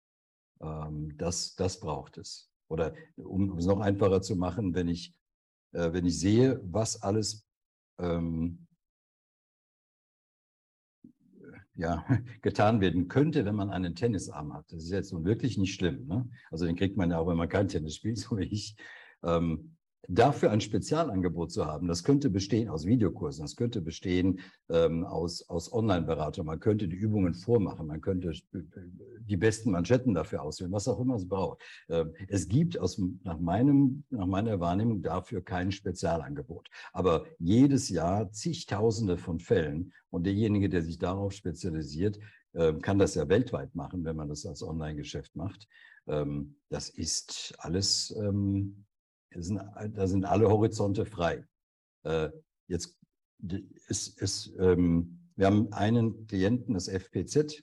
Ähm, das, das braucht es. Oder um es noch einfacher zu machen, wenn ich, äh, wenn ich sehe, was alles ähm, ja, getan werden könnte, wenn man einen Tennisarm hat. Das ist jetzt nun wirklich nicht schlimm. Ne? Also den kriegt man ja auch, wenn man kein Tennis spielt, so wie ich. Ähm, dafür ein Spezialangebot zu haben, das könnte bestehen aus Videokursen, das könnte bestehen ähm, aus, aus Online-Beratung, man könnte die Übungen vormachen, man könnte die besten Manschetten dafür auswählen, was auch immer es braucht. Ähm, es gibt aus, nach, meinem, nach meiner Wahrnehmung dafür kein Spezialangebot. Aber jedes Jahr zigtausende von Fällen und derjenige, der sich darauf spezialisiert, äh, kann das ja weltweit machen, wenn man das als Online-Geschäft macht. Ähm, das ist alles, ähm, das sind, da sind alle Horizonte frei. Äh, jetzt ist, ist ähm, wir haben einen Klienten, das F P Z,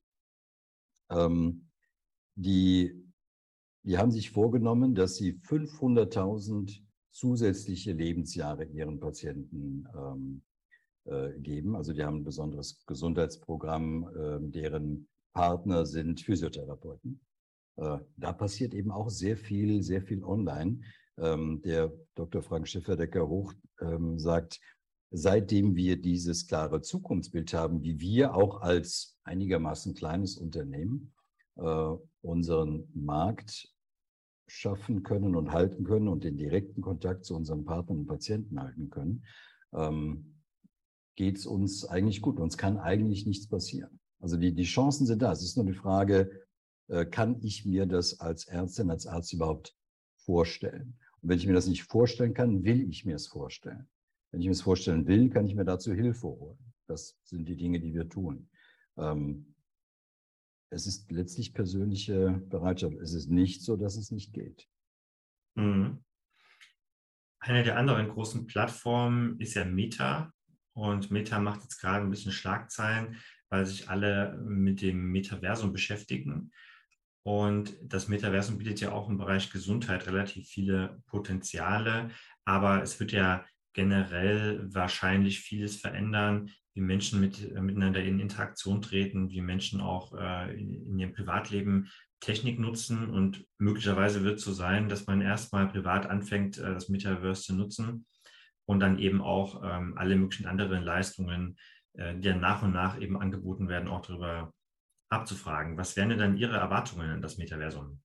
ähm, die, die haben sich vorgenommen, dass sie fünfhunderttausend zusätzliche Lebensjahre ihren Patienten ähm, äh, geben. Also die haben ein besonderes Gesundheitsprogramm, äh, deren Partner sind Physiotherapeuten. Äh, da passiert eben auch sehr viel, sehr viel online. Ähm, der Doktor Frank Schifferdecker-Hoch ähm, sagt, seitdem wir dieses klare Zukunftsbild haben, wie wir auch als einigermaßen kleines Unternehmen äh, unseren Markt schaffen können und halten können und den direkten Kontakt zu unseren Partnern und Patienten halten können, ähm, geht es uns eigentlich gut. Uns kann eigentlich nichts passieren. Also die, die Chancen sind da. Es ist nur die Frage, äh, kann ich mir das als Ärztin, als Arzt überhaupt vorstellen? Und wenn ich mir das nicht vorstellen kann, will ich mir es vorstellen. Wenn ich mir es vorstellen will, kann ich mir dazu Hilfe holen. Das sind die Dinge, die wir tun. Ähm, es ist letztlich persönliche Bereitschaft. Es ist nicht so, dass es nicht geht. Mhm. Eine der anderen großen Plattformen ist ja Meta. Und Meta macht jetzt gerade ein bisschen Schlagzeilen, weil sich alle mit dem Metaversum beschäftigen. Und das Metaversum bietet ja auch im Bereich Gesundheit relativ viele Potenziale. Aber es wird ja generell wahrscheinlich vieles verändern, wie Menschen mit, äh, miteinander in Interaktion treten, wie Menschen auch äh, in, in ihrem Privatleben Technik nutzen. Und möglicherweise wird es so sein, dass man erstmal privat anfängt, äh, das Metaverse zu nutzen und dann eben auch ähm, alle möglichen anderen Leistungen, äh, die dann nach und nach eben angeboten werden, auch darüber abzufragen. Was wären denn dann Ihre Erwartungen an das Metaversum?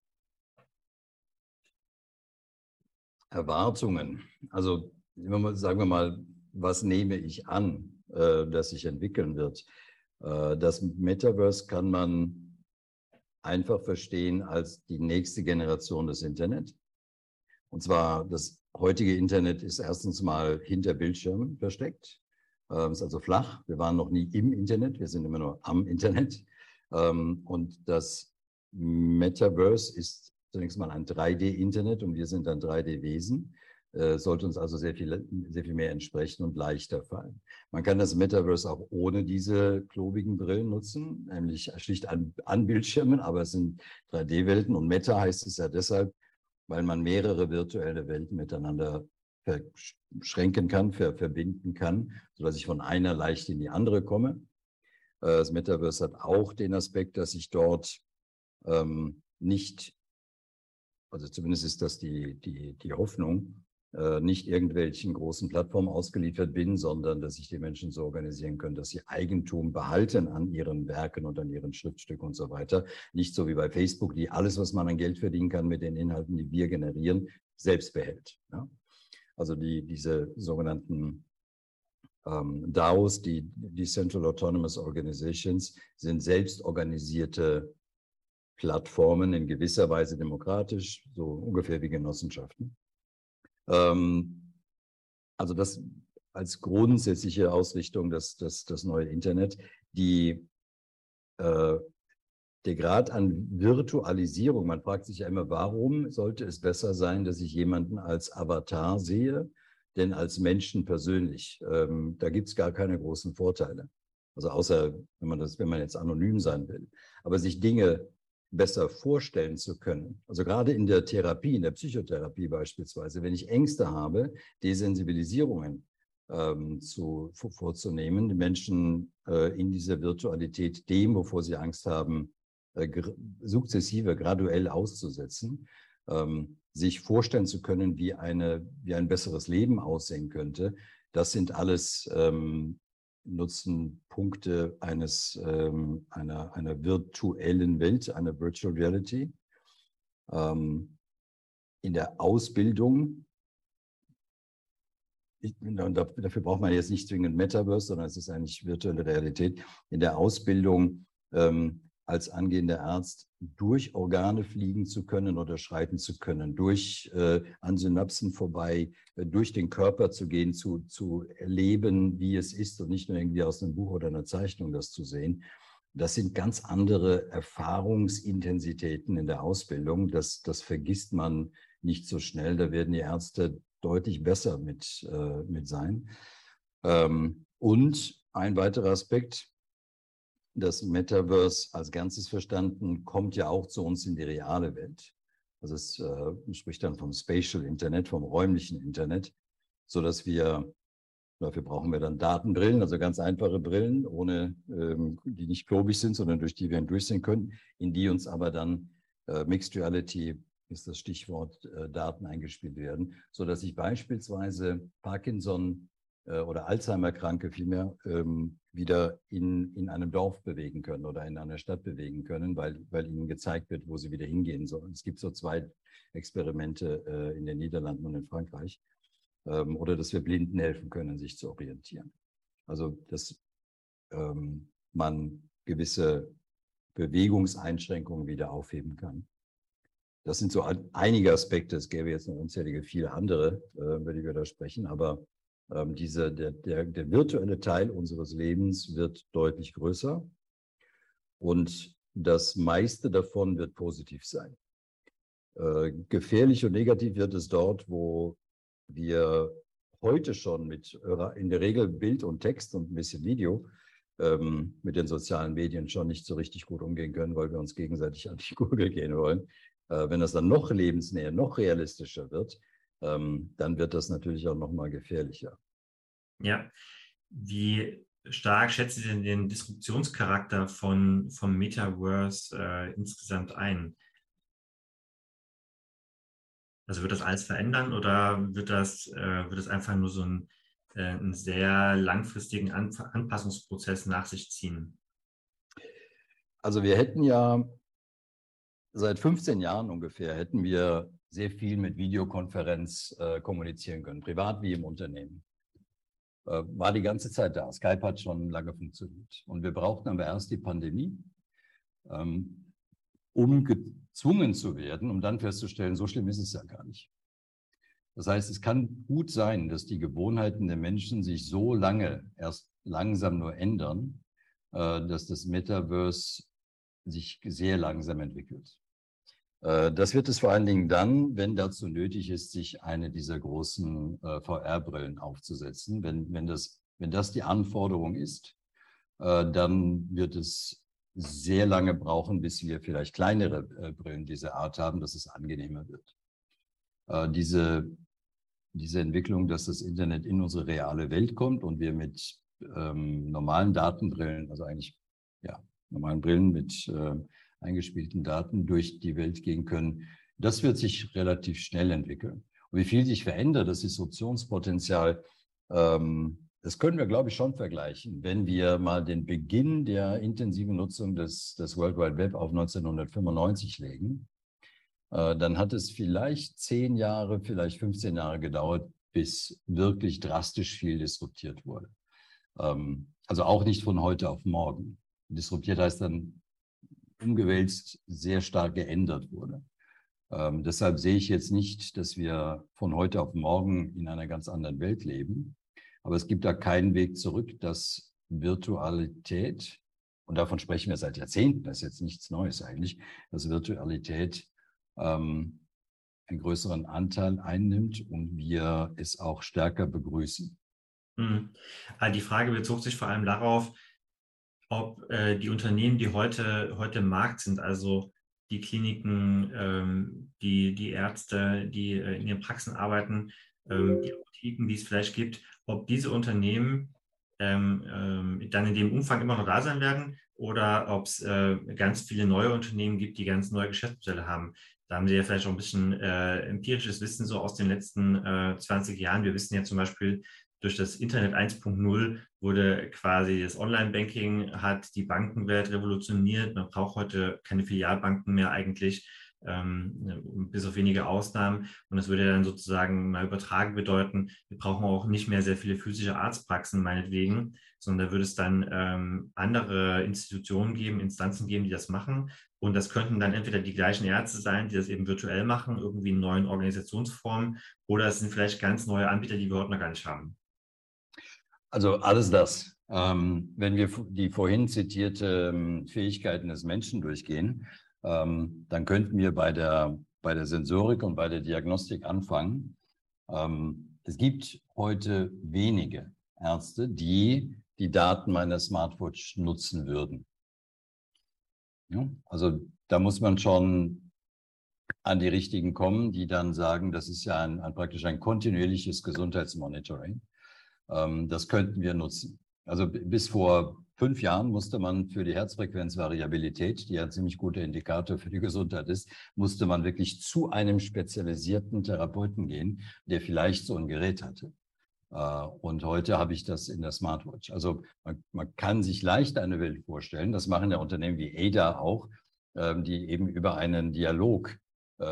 Erwartungen. Also sagen wir mal, was nehme ich an, äh, dass sich entwickeln wird? Äh, das Metaverse kann man einfach verstehen als die nächste Generation des Internet. Und zwar das heutige Internet ist erstens mal hinter Bildschirmen versteckt. Ähm, ist also flach. Wir waren noch nie im Internet, wir sind immer nur am Internet. Ähm, und das Metaverse ist zunächst mal ein drei D-Internet und wir sind ein drei D-Wesen. Äh, sollte uns also sehr viel, sehr viel mehr entsprechen und leichter fallen. Man kann das Metaverse auch ohne diese klobigen Brillen nutzen, nämlich schlicht an, an Bildschirmen, aber es sind drei D-Welten und Meta heißt es ja deshalb, weil man mehrere virtuelle Welten miteinander verschränken kann, ver verbinden kann, sodass ich von einer leicht in die andere komme. Das Metaverse hat auch den Aspekt, dass ich dort ähm, nicht, also zumindest ist das die, die, die Hoffnung, äh, nicht irgendwelchen großen Plattformen ausgeliefert bin, sondern dass sich die Menschen so organisieren können, dass sie Eigentum behalten an ihren Werken und an ihren Schriftstücken und so weiter. Nicht so wie bei Facebook, die alles, was man an Geld verdienen kann mit den Inhalten, die wir generieren, selbst behält. Ja? Also die, diese sogenannten ähm, D A Os, die Decentral Autonomous Organizations, sind selbstorganisierte Plattformen, in gewisser Weise demokratisch, so ungefähr wie Genossenschaften. Ähm, also das als grundsätzliche Ausrichtung das, das, das neue Internet. Die, äh, der Grad an Virtualisierung, man fragt sich ja immer, warum sollte es besser sein, dass ich jemanden als Avatar sehe, denn als Menschen persönlich? Ähm, da gibt es gar keine großen Vorteile. Also außer, wenn man, das, wenn man jetzt anonym sein will. Aber sich Dinge besser vorstellen zu können. Also gerade in der Therapie, in der Psychotherapie beispielsweise, wenn ich Ängste habe, Desensibilisierungen ähm, zu, vorzunehmen, die Menschen äh, in dieser Virtualität dem, wovor sie Angst haben, äh, gr sukzessive, graduell auszusetzen, ähm, sich vorstellen zu können, wie, eine, wie ein besseres Leben aussehen könnte, das sind alles ähm, Nutzenpunkte eines, ähm, einer, einer virtuellen Welt, einer Virtual Reality. Ähm, in der Ausbildung, ich, dafür braucht man jetzt nicht zwingend Metaverse, sondern es ist eigentlich virtuelle Realität. In der Ausbildung ähm, als angehender Arzt durch Organe fliegen zu können oder schreiten zu können, durch äh, an Synapsen vorbei, äh, durch den Körper zu gehen, zu, zu erleben, wie es ist und nicht nur irgendwie aus einem Buch oder einer Zeichnung das zu sehen. Das sind ganz andere Erfahrungsintensitäten in der Ausbildung. Das, das vergisst man nicht so schnell. Da werden die Ärzte deutlich besser mit, äh, mit sein. Ähm, und ein weiterer Aspekt, das Metaverse als Ganzes verstanden, kommt ja auch zu uns in die reale Welt. Also es äh, spricht dann vom Spatial Internet, vom räumlichen Internet, sodass wir, dafür brauchen wir dann Datenbrillen, also ganz einfache Brillen, ohne, ähm, die nicht klobig sind, sondern durch die wir hindurchsehen können, in die uns aber dann äh, Mixed Reality ist das Stichwort, äh, Daten eingespielt werden, sodass ich beispielsweise Parkinson äh, oder Alzheimer-Kranke vielmehr ähm, wieder in, in einem Dorf bewegen können oder in einer Stadt bewegen können, weil, weil ihnen gezeigt wird, wo sie wieder hingehen sollen. Es gibt so zwei Experimente äh, in den Niederlanden und in Frankreich. Ähm, oder dass wir Blinden helfen können, sich zu orientieren. Also, dass ähm, man gewisse Bewegungseinschränkungen wieder aufheben kann. Das sind so einige Aspekte. Es gäbe jetzt noch unzählige viele andere, äh, über die wir da sprechen, aber ähm, diese, der, der, der virtuelle Teil unseres Lebens wird deutlich größer und das meiste davon wird positiv sein. Äh, gefährlich und negativ wird es dort, wo wir heute schon mit in der Regel Bild und Text und ein bisschen Video ähm, mit den sozialen Medien schon nicht so richtig gut umgehen können, weil wir uns gegenseitig an die Gurgel gehen wollen. Äh, wenn das dann noch lebensnäher, noch realistischer wird, ähm, dann wird das natürlich auch noch mal gefährlicher. Ja, wie stark schätzt ihr denn den Disruptionscharakter von, vom Metaverse äh, insgesamt ein? Also wird das alles verändern oder wird das, äh, wird das einfach nur so ein, äh, einen sehr langfristigen An Anpassungsprozess nach sich ziehen? Also wir hätten ja seit fünfzehn Jahren ungefähr hätten wir sehr viel mit Videokonferenz äh, kommunizieren können, privat wie im Unternehmen. Äh, war die ganze Zeit da. Skype hat schon lange funktioniert. Und wir brauchten aber erst die Pandemie, ähm, um gezwungen zu werden, um dann festzustellen, so schlimm ist es ja gar nicht. Das heißt, es kann gut sein, dass die Gewohnheiten der Menschen sich so lange erst langsam nur ändern, äh, dass das Metaverse sich sehr langsam entwickelt. Äh, das wird es vor allen Dingen dann, wenn dazu nötig ist, sich eine dieser großen äh, V R-Brillen aufzusetzen. Wenn, wenn, das, wenn das die Anforderung ist, äh, dann wird es sehr lange brauchen, bis wir vielleicht kleinere äh, Brillen dieser Art haben, dass es angenehmer wird. Äh, diese, diese Entwicklung, dass das Internet in unsere reale Welt kommt und wir mit ähm, normalen Datenbrillen, also eigentlich ja, normalen Brillen mit äh, eingespielten Daten durch die Welt gehen können, das wird sich relativ schnell entwickeln. Und wie viel sich verändert, das Disruptionspotenzial, ähm, das können wir, glaube ich, schon vergleichen. Wenn wir mal den Beginn der intensiven Nutzung des, des World Wide Web auf neunzehnhundertfünfundneunzig legen, äh, dann hat es vielleicht zehn Jahre, vielleicht fünfzehn Jahre gedauert, bis wirklich drastisch viel disruptiert wurde. Ähm, also auch nicht von heute auf morgen. Disruptiert heißt dann umgewälzt, sehr stark geändert wurde. Ähm, deshalb sehe ich jetzt nicht, dass wir von heute auf morgen in einer ganz anderen Welt leben. Aber es gibt da keinen Weg zurück, dass Virtualität, und davon sprechen wir seit Jahrzehnten, das ist jetzt nichts Neues eigentlich, dass Virtualität ähm, einen größeren Anteil einnimmt und wir es auch stärker begrüßen. Hm. Also die Frage bezog sich vor allem darauf, ob äh, die Unternehmen, die heute, heute im Markt sind, also die Kliniken, ähm, die, die Ärzte, die äh, in ihren Praxen arbeiten, ähm, die Apotheken, die es vielleicht gibt, ob diese Unternehmen ähm, ähm, dann in dem Umfang immer noch da sein werden oder ob es äh, ganz viele neue Unternehmen gibt, die ganz neue Geschäftsmodelle haben. Da haben Sie ja vielleicht auch ein bisschen äh, empirisches Wissen so aus den letzten äh, zwanzig Jahren. Wir wissen ja zum Beispiel, durch das Internet eins Punkt null wurde quasi das Online-Banking, hat die Bankenwelt revolutioniert. Man braucht heute keine Filialbanken mehr eigentlich, ähm, bis auf wenige Ausnahmen. Und das würde dann sozusagen mal übertragen bedeuten, wir brauchen auch nicht mehr sehr viele physische Arztpraxen meinetwegen, sondern da würde es dann ähm, andere Institutionen geben, Instanzen geben, die das machen. Und das könnten dann entweder die gleichen Ärzte sein, die das eben virtuell machen, irgendwie in neuen Organisationsformen, oder es sind vielleicht ganz neue Anbieter, die wir heute noch gar nicht haben. Also alles das. Ähm, wenn wir die vorhin zitierte Fähigkeiten des Menschen durchgehen, ähm, dann könnten wir bei der, bei der Sensorik und bei der Diagnostik anfangen. Ähm, es gibt heute wenige Ärzte, die die Daten meiner Smartwatch nutzen würden. Ja, also da muss man schon an die Richtigen kommen, die dann sagen, das ist ja ein, ein praktisch ein kontinuierliches Gesundheitsmonitoring. Ähm, das könnten wir nutzen. Also bis vor fünf Jahren musste man für die Herzfrequenzvariabilität, die ja ein ziemlich guter Indikator für die Gesundheit ist, musste man wirklich zu einem spezialisierten Therapeuten gehen, der vielleicht so ein Gerät hatte. Und heute habe ich das in der Smartwatch. Also man, man kann sich leicht eine Welt vorstellen, das machen ja Unternehmen wie A D A auch, die eben über einen Dialog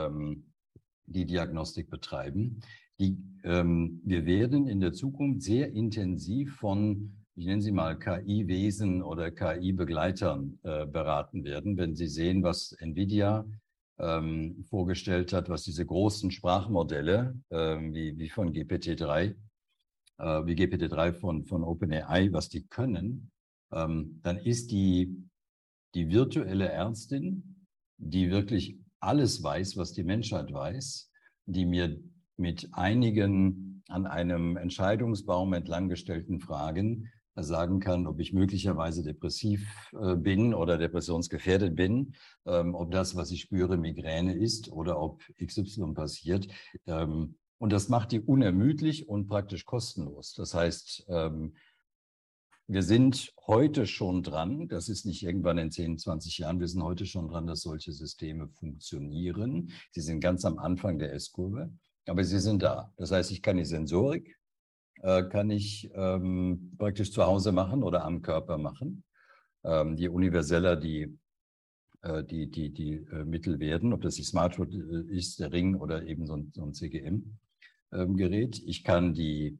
die Diagnostik betreiben. Die, ähm, wir werden in der Zukunft sehr intensiv von, ich nenne sie mal K I-Wesen oder K I-Begleitern äh, beraten werden, wenn Sie sehen, was NVIDIA ähm, vorgestellt hat, was diese großen Sprachmodelle äh, wie, wie von G P T drei, äh, wie G P T drei von, von OpenAI, was die können, ähm, dann ist die, die virtuelle Ärztin, die wirklich alles weiß, was die Menschheit weiß, die mir mit einigen an einem Entscheidungsbaum entlanggestellten Fragen sagen kann, ob ich möglicherweise depressiv äh, bin oder depressionsgefährdet bin, ähm, ob das, was ich spüre, Migräne ist oder ob X Y passiert. Ähm, und das macht die unermüdlich und praktisch kostenlos. Das heißt, ähm, wir sind heute schon dran, das ist nicht irgendwann in zehn, zwanzig Jahren, wir sind heute schon dran, dass solche Systeme funktionieren. Sie sind ganz am Anfang der S-Kurve, aber sie sind da. Das heißt, ich kann die Sensorik, äh, kann ich ähm, praktisch zu Hause machen oder am Körper machen. Ähm, je universeller die, äh, die, die, die äh, Mittel werden, ob das die Smartwatch ist, der Ring oder eben so ein, so ein C G M-Gerät. Ähm, ich kann die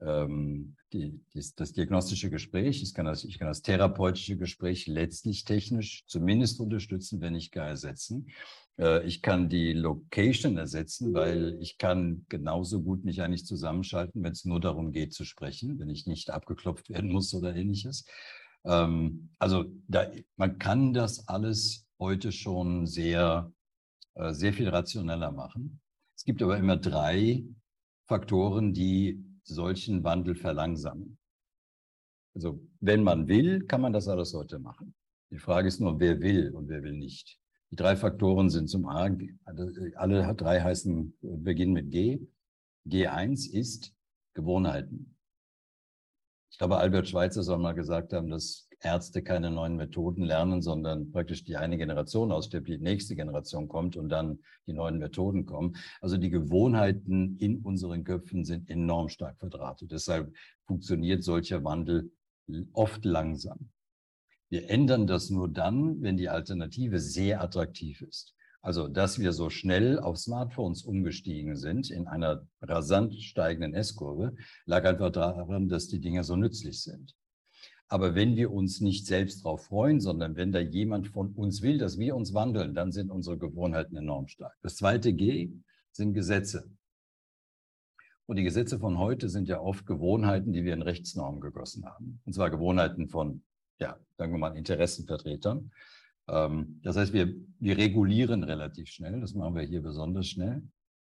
Die, das, das diagnostische Gespräch, ich kann, das, ich kann das therapeutische Gespräch letztlich technisch zumindest unterstützen, wenn nicht gar ersetzen. Äh, ich kann die Location ersetzen, weil ich kann genauso gut mich eigentlich zusammenschalten, wenn es nur darum geht zu sprechen, wenn ich nicht abgeklopft werden muss oder ähnliches. Ähm, also da, man kann das alles heute schon sehr, äh, sehr viel rationeller machen. Es gibt aber immer drei Faktoren, die solchen Wandel verlangsamen. Also wenn man will, kann man das alles heute machen. Die Frage ist nur, wer will und wer will nicht. Die drei Faktoren sind zum A, alle drei heißen, beginnen mit G. G eins ist Gewohnheiten. Ich glaube, Albert Schweitzer soll mal gesagt haben, dass Ärzte keine neuen Methoden lernen, sondern praktisch die eine Generation ausstirbt, die nächste Generation kommt und dann die neuen Methoden kommen. Also die Gewohnheiten in unseren Köpfen sind enorm stark verdrahtet. Deshalb funktioniert solcher Wandel oft langsam. Wir ändern das nur dann, wenn die Alternative sehr attraktiv ist. Also, dass wir so schnell auf Smartphones umgestiegen sind in einer rasant steigenden S-Kurve, lag einfach daran, dass die Dinge so nützlich sind. Aber wenn wir uns nicht selbst darauf freuen, sondern wenn da jemand von uns will, dass wir uns wandeln, dann sind unsere Gewohnheiten enorm stark. Das zweite G sind Gesetze. Und die Gesetze von heute sind ja oft Gewohnheiten, die wir in Rechtsnormen gegossen haben. Und zwar Gewohnheiten von, ja, sagen wir mal, Interessenvertretern. Ähm, das heißt, wir, wir regulieren relativ schnell. Das machen wir hier besonders schnell.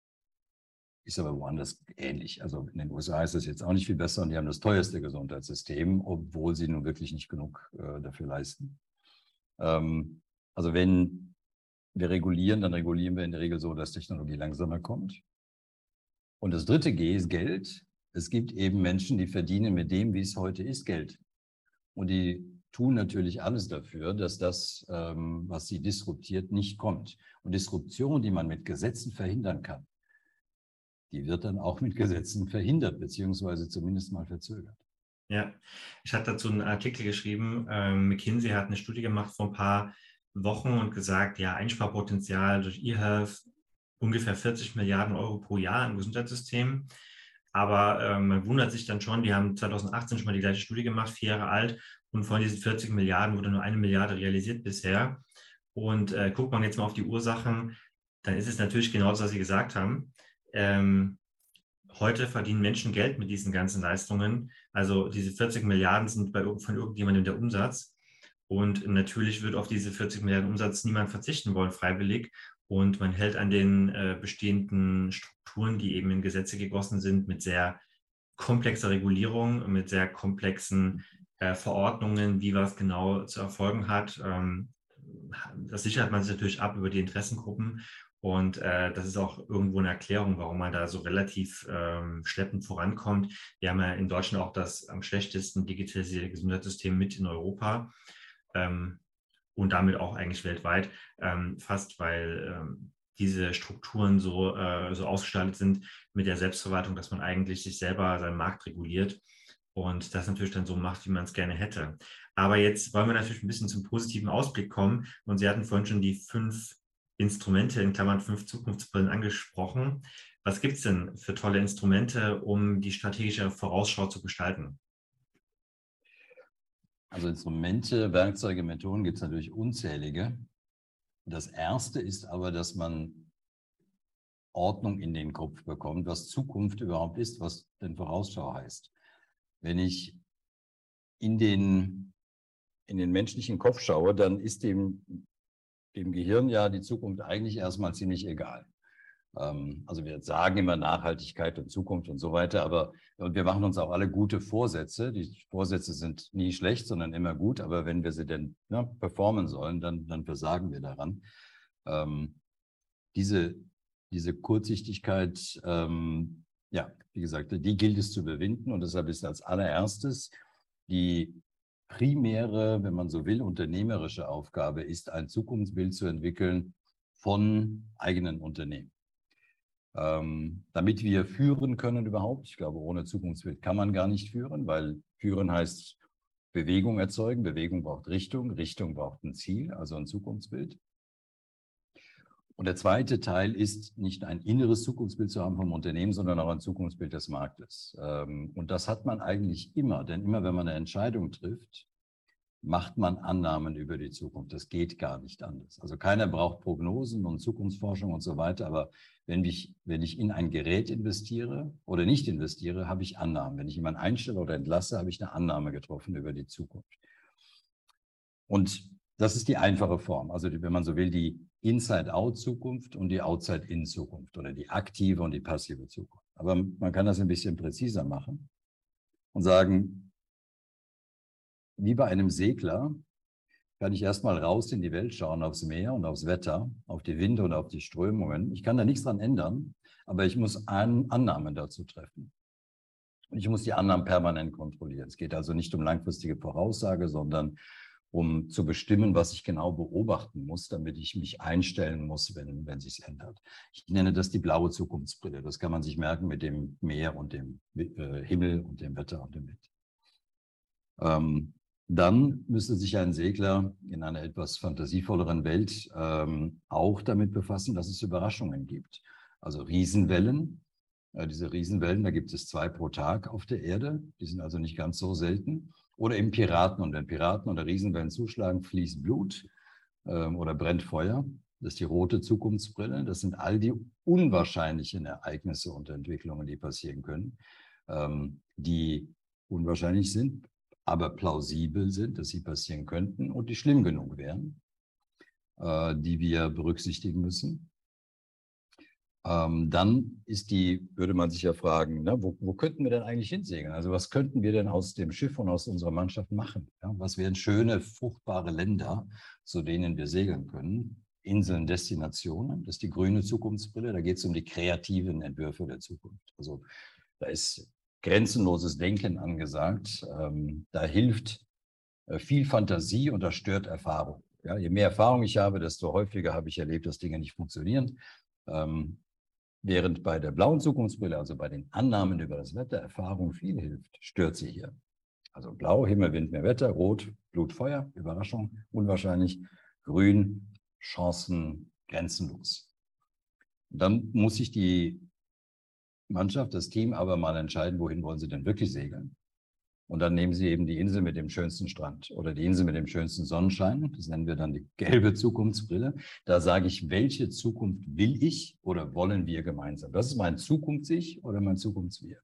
Ist aber woanders ähnlich. Also in den U S A ist das jetzt auch nicht viel besser und die haben das teuerste Gesundheitssystem, obwohl sie nun wirklich nicht genug äh, dafür leisten. Ähm, also wenn wir regulieren, dann regulieren wir in der Regel so, dass Technologie langsamer kommt. Und das dritte G ist Geld. Es gibt eben Menschen, die verdienen mit dem, wie es heute ist, Geld. Und die tun natürlich alles dafür, dass das, ähm, was sie disruptiert, nicht kommt. Und Disruption, die man mit Gesetzen verhindern kann, die wird dann auch mit Gesetzen verhindert, beziehungsweise zumindest mal verzögert. Ja, ich hatte dazu einen Artikel geschrieben. Ähm, McKinsey hat eine Studie gemacht vor ein paar Wochen und gesagt, ja, Einsparpotenzial durch eHealth ungefähr vierzig Milliarden Euro pro Jahr im Gesundheitssystem. Aber ähm, man wundert sich dann schon, die haben zwanzig achtzehn schon mal die gleiche Studie gemacht, vier Jahre alt, und von diesen vierzig Milliarden wurde nur eine Milliarde realisiert bisher. Und äh, guckt man jetzt mal auf die Ursachen, dann ist es natürlich genau das, was Sie gesagt haben. Ähm, heute verdienen Menschen Geld mit diesen ganzen Leistungen. Also diese vierzig Milliarden sind bei, von irgendjemandem der Umsatz. Und natürlich wird auf diese vierzig Milliarden Umsatz niemand verzichten wollen, freiwillig. Und man hält an den äh, bestehenden Strukturen, die eben in Gesetze gegossen sind, mit sehr komplexer Regulierung, mit sehr komplexen äh, Verordnungen, wie was genau zu erfolgen hat. Ähm, das sichert man sich natürlich ab über die Interessengruppen. Und äh, das ist auch irgendwo eine Erklärung, warum man da so relativ ähm, schleppend vorankommt. Wir haben ja in Deutschland auch das am schlechtesten digitalisierte Gesundheitssystem mit in Europa. Ähm, und damit auch eigentlich weltweit ähm, fast, weil ähm, diese Strukturen so, äh, so ausgestaltet sind mit der Selbstverwaltung, dass man eigentlich sich selber seinen Markt reguliert und das natürlich dann so macht, wie man es gerne hätte. Aber jetzt wollen wir natürlich ein bisschen zum positiven Ausblick kommen und Sie hatten vorhin schon die fünf Instrumente, in Klammern fünf Zukunftsbrillen angesprochen. Was gibt es denn für tolle Instrumente, um die strategische Vorausschau zu gestalten? Also Instrumente, Werkzeuge, Methoden gibt es natürlich unzählige. Das erste ist aber, dass man Ordnung in den Kopf bekommt, was Zukunft überhaupt ist, was denn Vorausschau heißt. Wenn ich in den, in den menschlichen Kopf schaue, dann ist dem, dem Gehirn ja die Zukunft eigentlich erstmal ziemlich egal. Also wir sagen immer Nachhaltigkeit und Zukunft und so weiter, aber und wir machen uns auch alle gute Vorsätze. Die Vorsätze sind nie schlecht, sondern immer gut, aber wenn wir sie denn ja, performen sollen, dann, dann versagen wir daran. Ähm, diese, diese Kurzsichtigkeit, ähm, ja, wie gesagt, die gilt es zu überwinden und deshalb ist als allererstes die primäre, wenn man so will, unternehmerische Aufgabe ist, ein Zukunftsbild zu entwickeln von eigenen Unternehmen. Ähm, damit wir führen können überhaupt. Ich glaube, ohne Zukunftsbild kann man gar nicht führen, weil führen heißt Bewegung erzeugen. Bewegung braucht Richtung, Richtung braucht ein Ziel, also ein Zukunftsbild. Und der zweite Teil ist, nicht ein inneres Zukunftsbild zu haben vom Unternehmen, sondern auch ein Zukunftsbild des Marktes. Ähm, und das hat man eigentlich immer, denn immer wenn man eine Entscheidung trifft, macht man Annahmen über die Zukunft. Das geht gar nicht anders. Also keiner braucht Prognosen und Zukunftsforschung und so weiter, aber wenn ich, wenn ich in ein Gerät investiere oder nicht investiere, habe ich Annahmen. Wenn ich jemanden einstelle oder entlasse, habe ich eine Annahme getroffen über die Zukunft. Und das ist die einfache Form, also die, wenn man so will, die Inside-Out-Zukunft und die Outside-In-Zukunft oder die aktive und die passive Zukunft. Aber man kann das ein bisschen präziser machen und sagen, wie bei einem Segler kann ich erstmal raus in die Welt schauen, aufs Meer und aufs Wetter, auf die Winde und auf die Strömungen. Ich kann da nichts dran ändern, aber ich muss An- Annahmen dazu treffen. Ich muss die Annahmen permanent kontrollieren. Es geht also nicht um langfristige Voraussage, sondern um zu bestimmen, was ich genau beobachten muss, damit ich mich einstellen muss, wenn, wenn sich es ändert. Ich nenne das die blaue Zukunftsbrille. Das kann man sich merken mit dem Meer und dem äh, Himmel und dem Wetter und dem Wind. Ähm, Dann müsste sich ein Segler in einer etwas fantasievolleren Welt ähm, auch damit befassen, dass es Überraschungen gibt. Also Riesenwellen. Äh, diese Riesenwellen, da gibt es zwei pro Tag auf der Erde. Die sind also nicht ganz so selten. Oder eben Piraten. Und wenn Piraten oder Riesenwellen zuschlagen, fließt Blut ähm, oder brennt Feuer. Das ist die rote Zukunftsbrille. Das sind all die unwahrscheinlichen Ereignisse und Entwicklungen, die passieren können, ähm, die unwahrscheinlich sind, aber plausibel sind, dass sie passieren könnten und die schlimm genug wären, äh, die wir berücksichtigen müssen. Ähm, dann ist die, würde man sich ja fragen, ne, wo, wo könnten wir denn eigentlich hinsegeln? Also was könnten wir denn aus dem Schiff und aus unserer Mannschaft machen? Ja, was wären schöne, fruchtbare Länder, zu denen wir segeln können? Inseln, Destinationen, das ist die grüne Zukunftsbrille. Da geht es um die kreativen Entwürfe der Zukunft. Also da ist grenzenloses Denken angesagt. Ähm, da hilft äh, viel Fantasie und das stört Erfahrung. Ja, je mehr Erfahrung ich habe, desto häufiger habe ich erlebt, dass Dinge nicht funktionieren. Ähm, während bei der blauen Zukunftsbrille, also bei den Annahmen über das Wetter, Erfahrung viel hilft, stört sie hier. Also blau, Himmel, Wind, Meer, Wetter, rot, Blut, Feuer, Überraschung, unwahrscheinlich, grün, Chancen, grenzenlos. Und dann muss sich die Mannschaft, das Team aber mal entscheiden, wohin wollen sie denn wirklich segeln. Und dann nehmen Sie eben die Insel mit dem schönsten Strand oder die Insel mit dem schönsten Sonnenschein. Das nennen wir dann die gelbe Zukunftsbrille. Da sage ich, welche Zukunft will ich oder wollen wir gemeinsam? Das ist mein Zukunfts-Ich oder mein Zukunfts-Wir.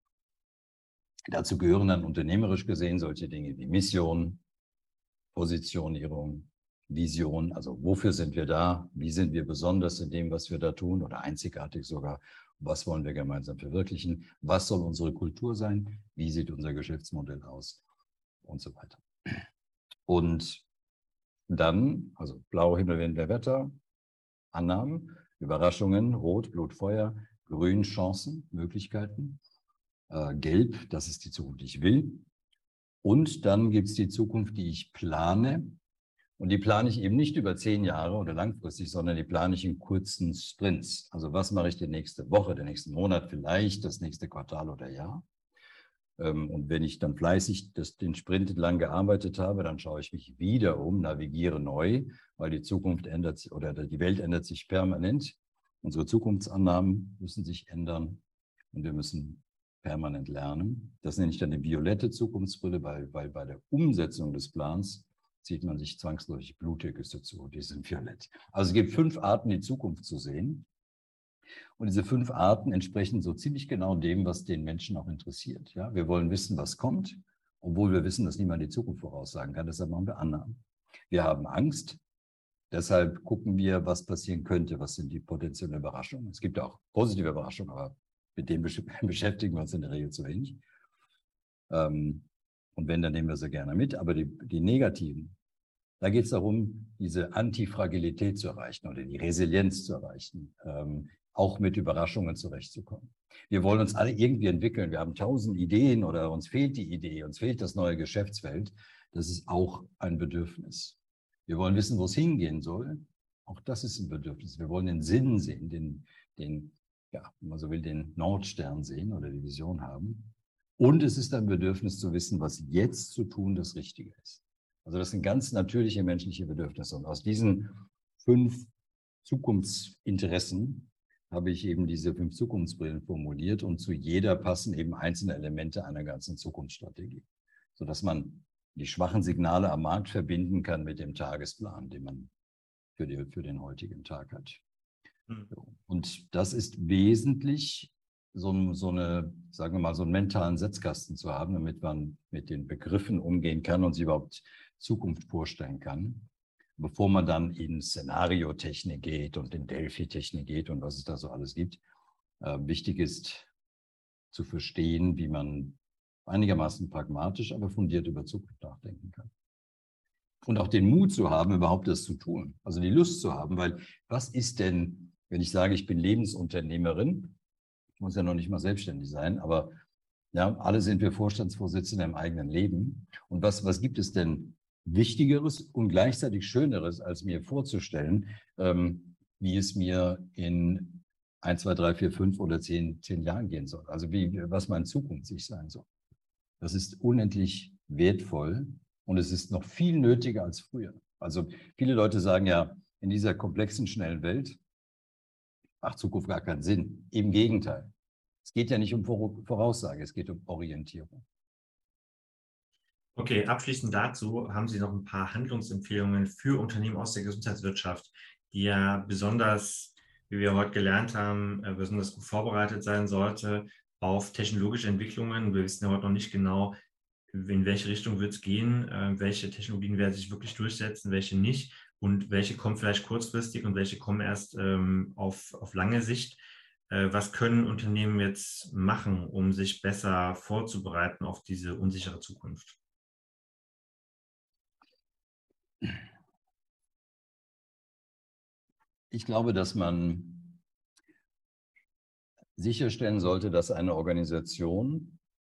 Dazu gehören dann unternehmerisch gesehen solche Dinge wie Mission, Positionierung, Vision. Also wofür sind wir da? Wie sind wir besonders in dem, was wir da tun oder einzigartig sogar? Was wollen wir gemeinsam verwirklichen? Was soll unsere Kultur sein? Wie sieht unser Geschäftsmodell aus? Und so weiter. Und dann, also blauer Himmel, Wind, Wetter, Annahmen, Überraschungen, Rot, Blut, Feuer, Grün, Chancen, Möglichkeiten, äh, Gelb, das ist die Zukunft, die ich will. Und dann gibt es die Zukunft, die ich plane. Und die plane ich eben nicht über zehn Jahre oder langfristig, sondern die plane ich in kurzen Sprints. Also was mache ich die nächste Woche, den nächsten Monat, vielleicht das nächste Quartal oder Jahr. Und wenn ich dann fleißig das, den Sprint entlang gearbeitet habe, dann schaue ich mich wieder um, navigiere neu, weil die Zukunft ändert sich oder die Welt ändert sich permanent. Unsere Zukunftsannahmen müssen sich ändern und wir müssen permanent lernen. Das nenne ich dann die violette Zukunftsbrille, weil, weil bei der Umsetzung des Plans zieht man sich zwangsläufig Blutergüsse zu, die sind violett. Also es gibt fünf Arten, die Zukunft zu sehen. Und diese fünf Arten entsprechen so ziemlich genau dem, was den Menschen auch interessiert. Ja? Wir wollen wissen, was kommt, obwohl wir wissen, dass niemand die Zukunft voraussagen kann. Deshalb machen wir Annahmen. Wir haben Angst. Deshalb gucken wir, was passieren könnte. Was sind die potenziellen Überraschungen? Es gibt auch positive Überraschungen, aber mit denen beschäftigen wir uns in der Regel zu wenig. Ähm, Und wenn, dann nehmen wir sie gerne mit. Aber die, die negativen, da geht es darum, diese Antifragilität zu erreichen oder die Resilienz zu erreichen, ähm, auch mit Überraschungen zurechtzukommen. Wir wollen uns alle irgendwie entwickeln. Wir haben tausend Ideen oder uns fehlt die Idee, uns fehlt das neue Geschäftsfeld. Das ist auch ein Bedürfnis. Wir wollen wissen, wo es hingehen soll. Auch das ist ein Bedürfnis. Wir wollen den Sinn sehen, den, den, ja, wenn man so will, den Nordstern sehen oder die Vision haben. Und es ist ein Bedürfnis zu wissen, was jetzt zu tun das Richtige ist. Also das sind ganz natürliche menschliche Bedürfnisse. Und aus diesen fünf Zukunftsinteressen habe ich eben diese fünf Zukunftsbrillen formuliert und zu jeder passen eben einzelne Elemente einer ganzen Zukunftsstrategie, sodass man die schwachen Signale am Markt verbinden kann mit dem Tagesplan, den man für, die, für den heutigen Tag hat. Mhm. Und das ist wesentlich, so, so eine, sagen wir mal, so einen mentalen Setzkasten zu haben, damit man mit den Begriffen umgehen kann und sich überhaupt Zukunft vorstellen kann, bevor man dann in Szenariotechnik geht und in Delphi-Technik geht und was es da so alles gibt. Äh, wichtig ist zu verstehen, wie man einigermaßen pragmatisch, aber fundiert über Zukunft nachdenken kann. Und auch den Mut zu haben, überhaupt das zu tun. Also die Lust zu haben, weil was ist denn, wenn ich sage, ich bin Lebensunternehmerin, ich muss ja noch nicht mal selbstständig sein, aber ja, alle sind wir Vorstandsvorsitzende im eigenen Leben. Und was, was gibt es denn Wichtigeres und gleichzeitig Schöneres, als mir vorzustellen, ähm, wie es mir in ein, zwei, drei, vier, fünf oder zehn, zehn Jahren gehen soll? Also wie, was mein Zukunft sich sein soll. Das ist unendlich wertvoll und es ist noch viel nötiger als früher. Also viele Leute sagen ja, in dieser komplexen, schnellen Welt macht Zukunft gar keinen Sinn. Im Gegenteil. Es geht ja nicht um Voraussage, es geht um Orientierung. Okay, abschließend dazu haben Sie noch ein paar Handlungsempfehlungen für Unternehmen aus der Gesundheitswirtschaft, die ja besonders, wie wir heute gelernt haben, besonders gut vorbereitet sein sollte auf technologische Entwicklungen. Wir wissen ja heute noch nicht genau, in welche Richtung wird es gehen, welche Technologien werden sich wirklich durchsetzen, welche nicht und welche kommen vielleicht kurzfristig und welche kommen erst auf, auf lange Sicht. Was können Unternehmen jetzt machen, um sich besser vorzubereiten auf diese unsichere Zukunft? Ich glaube, dass man sicherstellen sollte, dass eine Organisation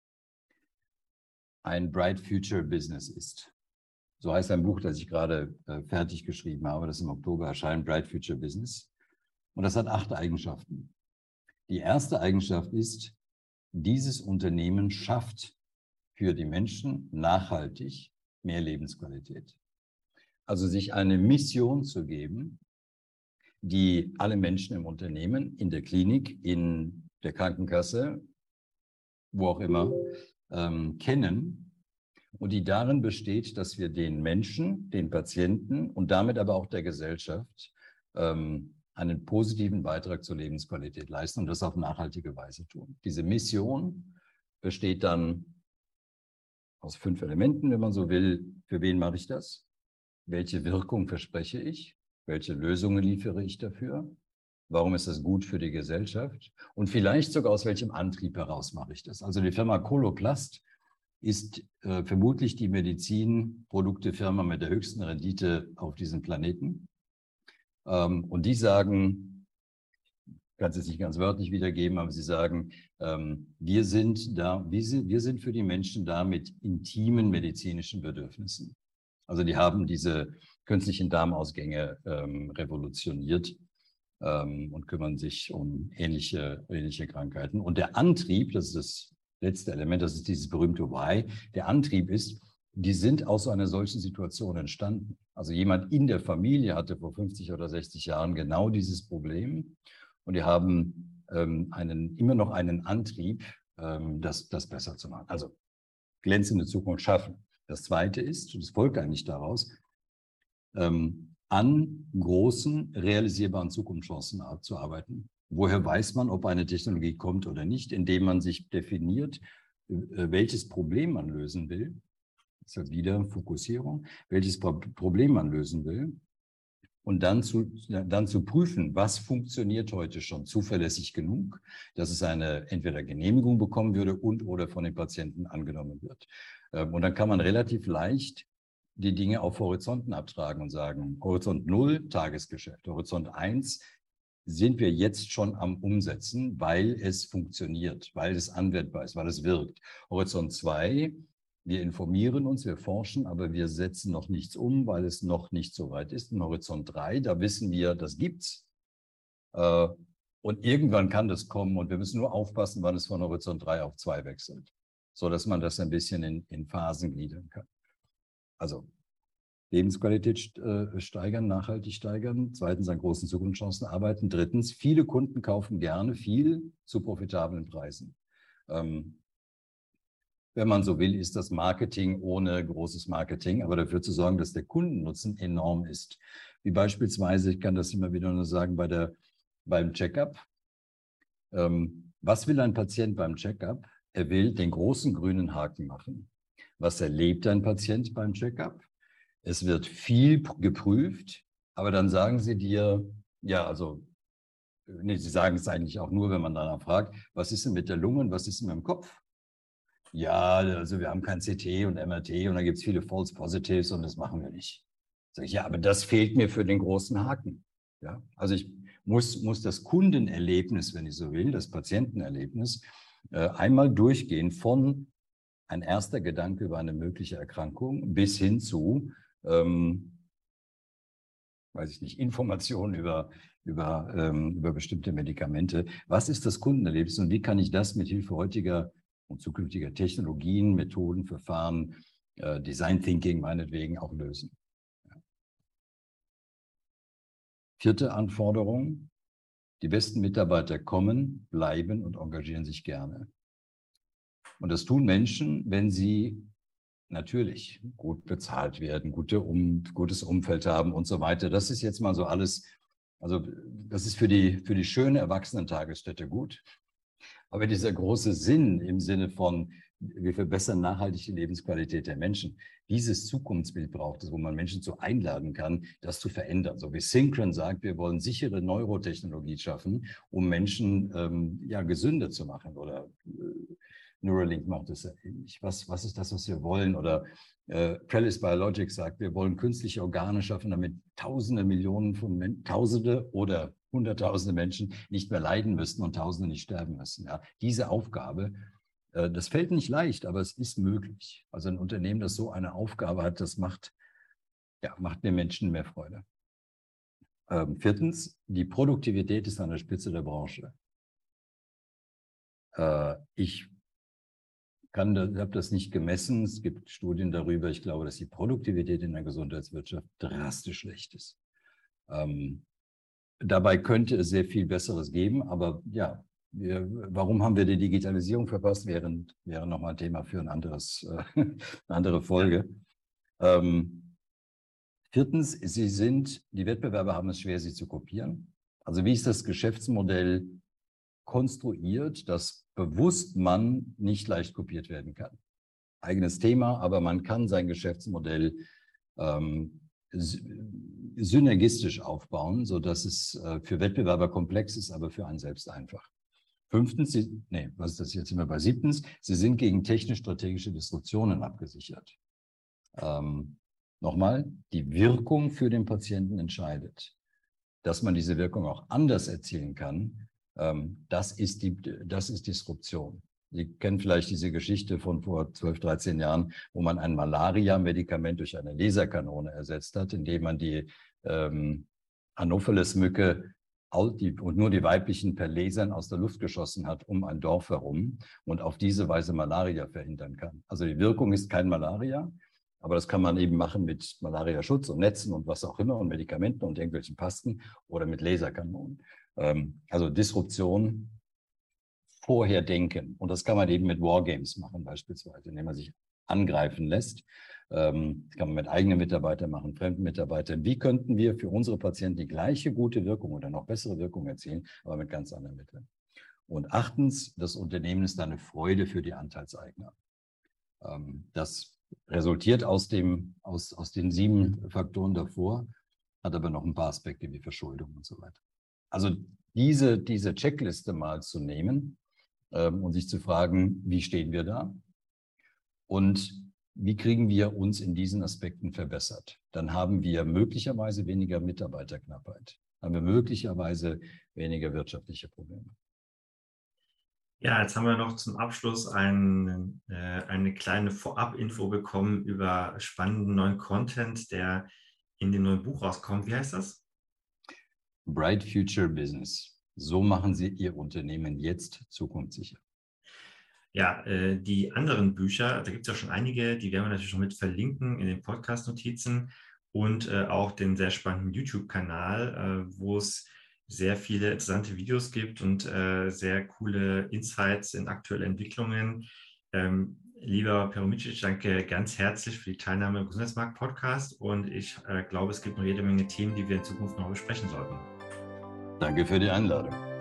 ein Bright Future Business ist. So heißt ein Buch, das ich gerade äh, fertig geschrieben habe, das im Oktober erscheint, Bright Future Business. Und das hat acht Eigenschaften. Die erste Eigenschaft ist, dieses Unternehmen schafft für die Menschen nachhaltig mehr Lebensqualität. Also sich eine Mission zu geben, die alle Menschen im Unternehmen, in der Klinik, in der Krankenkasse, wo auch immer, ähm, kennen und die darin besteht, dass wir den Menschen, den Patienten und damit aber auch der Gesellschaft ähm, einen positiven Beitrag zur Lebensqualität leisten und das auf nachhaltige Weise tun. Diese Mission besteht dann aus fünf Elementen, wenn man so will. Für wen mache ich das? Welche Wirkung verspreche ich? Welche Lösungen liefere ich dafür? Warum ist das gut für die Gesellschaft? Und vielleicht sogar aus welchem Antrieb heraus mache ich das? Also die Firma Coloplast ist äh, vermutlich die Medizinproduktefirma mit der höchsten Rendite auf diesem Planeten. Ähm, und die sagen, ich kann es jetzt nicht ganz wörtlich wiedergeben, aber sie sagen, ähm, wir sind da, wir sind, wir sind für die Menschen da mit intimen medizinischen Bedürfnissen. Also die haben diese künstlichen Darmausgänge ähm, revolutioniert ähm, und kümmern sich um ähnliche, ähnliche Krankheiten. Und der Antrieb, das ist das letzte Element, das ist dieses berühmte Why, der Antrieb ist, die sind aus einer solchen Situation entstanden. Also jemand in der Familie hatte vor fünfzig oder sechzig Jahren genau dieses Problem und die haben ähm, einen, immer noch einen Antrieb, ähm, das, das besser zu machen. Also glänzende Zukunft schaffen. Das Zweite ist, und es folgt eigentlich daraus, ähm, an großen, realisierbaren Zukunftschancen zu arbeiten. Woher weiß man, ob eine Technologie kommt oder nicht? Indem man sich definiert, welches Problem man lösen will. Das ist wieder Fokussierung, welches Problem man lösen will. Und dann zu, dann zu prüfen, was funktioniert heute schon zuverlässig genug, dass es eine entweder Genehmigung bekommen würde und oder von den Patienten angenommen wird. Und dann kann man relativ leicht die Dinge auf Horizonten abtragen und sagen, Horizont null, Tagesgeschäft. Horizont eins, sind wir jetzt schon am Umsetzen, weil es funktioniert, weil es anwendbar ist, weil es wirkt. Horizont zwei, wir informieren uns, wir forschen, aber wir setzen noch nichts um, weil es noch nicht so weit ist. Und Horizont drei, da wissen wir, das gibt's. Äh, und irgendwann kann das kommen und wir müssen nur aufpassen, wann es von Horizont drei auf zwei wechselt, sodass man das ein bisschen in, in Phasen gliedern kann. Also Lebensqualität äh, steigern, nachhaltig steigern. Zweitens an großen Zukunftschancen arbeiten. Drittens, viele Kunden kaufen gerne viel zu profitablen Preisen. Ähm, wenn man so will, ist das Marketing ohne großes Marketing, aber dafür zu sorgen, dass der Kundennutzen enorm ist. Wie beispielsweise, ich kann das immer wieder nur sagen, bei der, beim Check-up. Ähm, was will ein Patient beim Check-up? Er will den großen grünen Haken machen. Was erlebt ein Patient beim Check-up? Es wird viel geprüft, aber dann sagen sie dir, ja, also, nee, sie sagen es eigentlich auch nur, wenn man danach fragt, was ist denn mit der Lunge und was ist denn mit dem Kopf? Ja, also wir haben kein C T und M R T und da gibt es viele False Positives und das machen wir nicht. Sag ich, ja, aber das fehlt mir für den großen Haken. Ja, also ich muss, muss das Kundenerlebnis, wenn ich so will, das Patientenerlebnis, äh, einmal durchgehen von ein erster Gedanke über eine mögliche Erkrankung bis hin zu, ähm, weiß ich nicht, Informationen über, über, ähm, über bestimmte Medikamente. Was ist das Kundenerlebnis und wie kann ich das mit Hilfe heutiger und zukünftiger Technologien, Methoden, Verfahren, äh, Design Thinking meinetwegen auch lösen? Ja. Vierte Anforderung: Die besten Mitarbeiter kommen, bleiben und engagieren sich gerne. Und das tun Menschen, wenn sie natürlich gut bezahlt werden, gute um, gutes Umfeld haben und so weiter. Das ist jetzt mal so alles, also das ist für die, für die schöne Erwachsenentagesstätte gut. Aber dieser große Sinn im Sinne von, wir verbessern nachhaltig die Lebensqualität der Menschen, dieses Zukunftsbild braucht es, wo man Menschen so einladen kann, das zu verändern. So wie Synchron sagt, wir wollen sichere Neurotechnologie schaffen, um Menschen ähm, ja, gesünder zu machen oder äh, Neuralink macht es ja ähnlich. Was, was ist das, was wir wollen? Oder äh, Trellis Biologics sagt, wir wollen künstliche Organe schaffen, damit Tausende, Millionen von Men- Tausende oder Hunderttausende Menschen nicht mehr leiden müssen und Tausende nicht sterben müssen. Ja, diese Aufgabe, äh, das fällt nicht leicht, aber es ist möglich. Also ein Unternehmen, das so eine Aufgabe hat, das macht, ja, macht den Menschen mehr Freude. Ähm, viertens, die Produktivität ist an der Spitze der Branche. Äh, ich Ich habe das nicht gemessen. Es gibt Studien darüber. Ich glaube, dass die Produktivität in der Gesundheitswirtschaft drastisch schlecht ist. Ähm, dabei könnte es sehr viel Besseres geben, aber ja, wir, warum haben wir die Digitalisierung verpasst, wäre, wäre nochmal ein Thema für ein anderes, äh, eine andere Folge. Ähm, viertens, sie sind, die Wettbewerber haben es schwer, sie zu kopieren. Also wie ist das Geschäftsmodell konstruiert, dass bewusst man nicht leicht kopiert werden kann? Eigenes Thema, aber man kann sein Geschäftsmodell ähm, synergistisch aufbauen, sodass es äh, für Wettbewerber komplex ist, aber für einen selbst einfach. Fünftens, sie, nee, was ist das jetzt immer bei siebtens? Sie sind gegen technisch-strategische Disruptionen abgesichert. Ähm, nochmal, die Wirkung für den Patienten entscheidet. Dass man diese Wirkung auch anders erzielen kann, ähm, das ist die, das ist Disruption. Sie kennen vielleicht diese Geschichte von vor zwölf, dreizehn Jahren, wo man ein Malaria-Medikament durch eine Laserkanone ersetzt hat, indem man die ähm, Anopheles-Mücke und nur die weiblichen per Lasern aus der Luft geschossen hat, um ein Dorf herum und auf diese Weise Malaria verhindern kann. Also die Wirkung ist kein Malaria, aber das kann man eben machen mit Malaria-Schutz und Netzen und was auch immer und Medikamenten und irgendwelchen Pasten oder mit Laserkanonen. Ähm, also Disruption, vorher denken. Und das kann man eben mit Wargames machen beispielsweise, indem man sich angreifen lässt. Ähm, das kann man mit eigenen Mitarbeitern machen, fremden Mitarbeitern. Wie könnten wir für unsere Patienten die gleiche gute Wirkung oder noch bessere Wirkung erzielen, aber mit ganz anderen Mitteln? Und achtens, das Unternehmen ist eine Freude für die Anteilseigner. Ähm, das resultiert aus, dem, aus, aus den sieben Faktoren davor, hat aber noch ein paar Aspekte wie Verschuldung und so weiter. Also diese, diese Checkliste mal zu nehmen, und sich zu fragen, wie stehen wir da und wie kriegen wir uns in diesen Aspekten verbessert. Dann haben wir möglicherweise weniger Mitarbeiterknappheit, haben wir möglicherweise weniger wirtschaftliche Probleme. Ja, jetzt haben wir noch zum Abschluss ein, äh, eine kleine Vorab-Info bekommen über spannenden neuen Content, der in dem neuen Buch rauskommt. Wie heißt das? Bright Future Business. So machen Sie Ihr Unternehmen jetzt zukunftssicher. Ja, äh, die anderen Bücher, da gibt es ja schon einige, die werden wir natürlich schon mit verlinken in den Podcast-Notizen und äh, auch den sehr spannenden YouTube-Kanal, äh, wo es sehr viele interessante Videos gibt und äh, sehr coole Insights in aktuelle Entwicklungen. Ähm, lieber Peromicic, danke ganz herzlich für die Teilnahme im Gesundheitsmarkt-Podcast und ich äh, glaube, es gibt noch jede Menge Themen, die wir in Zukunft noch besprechen sollten. Danke für die Einladung.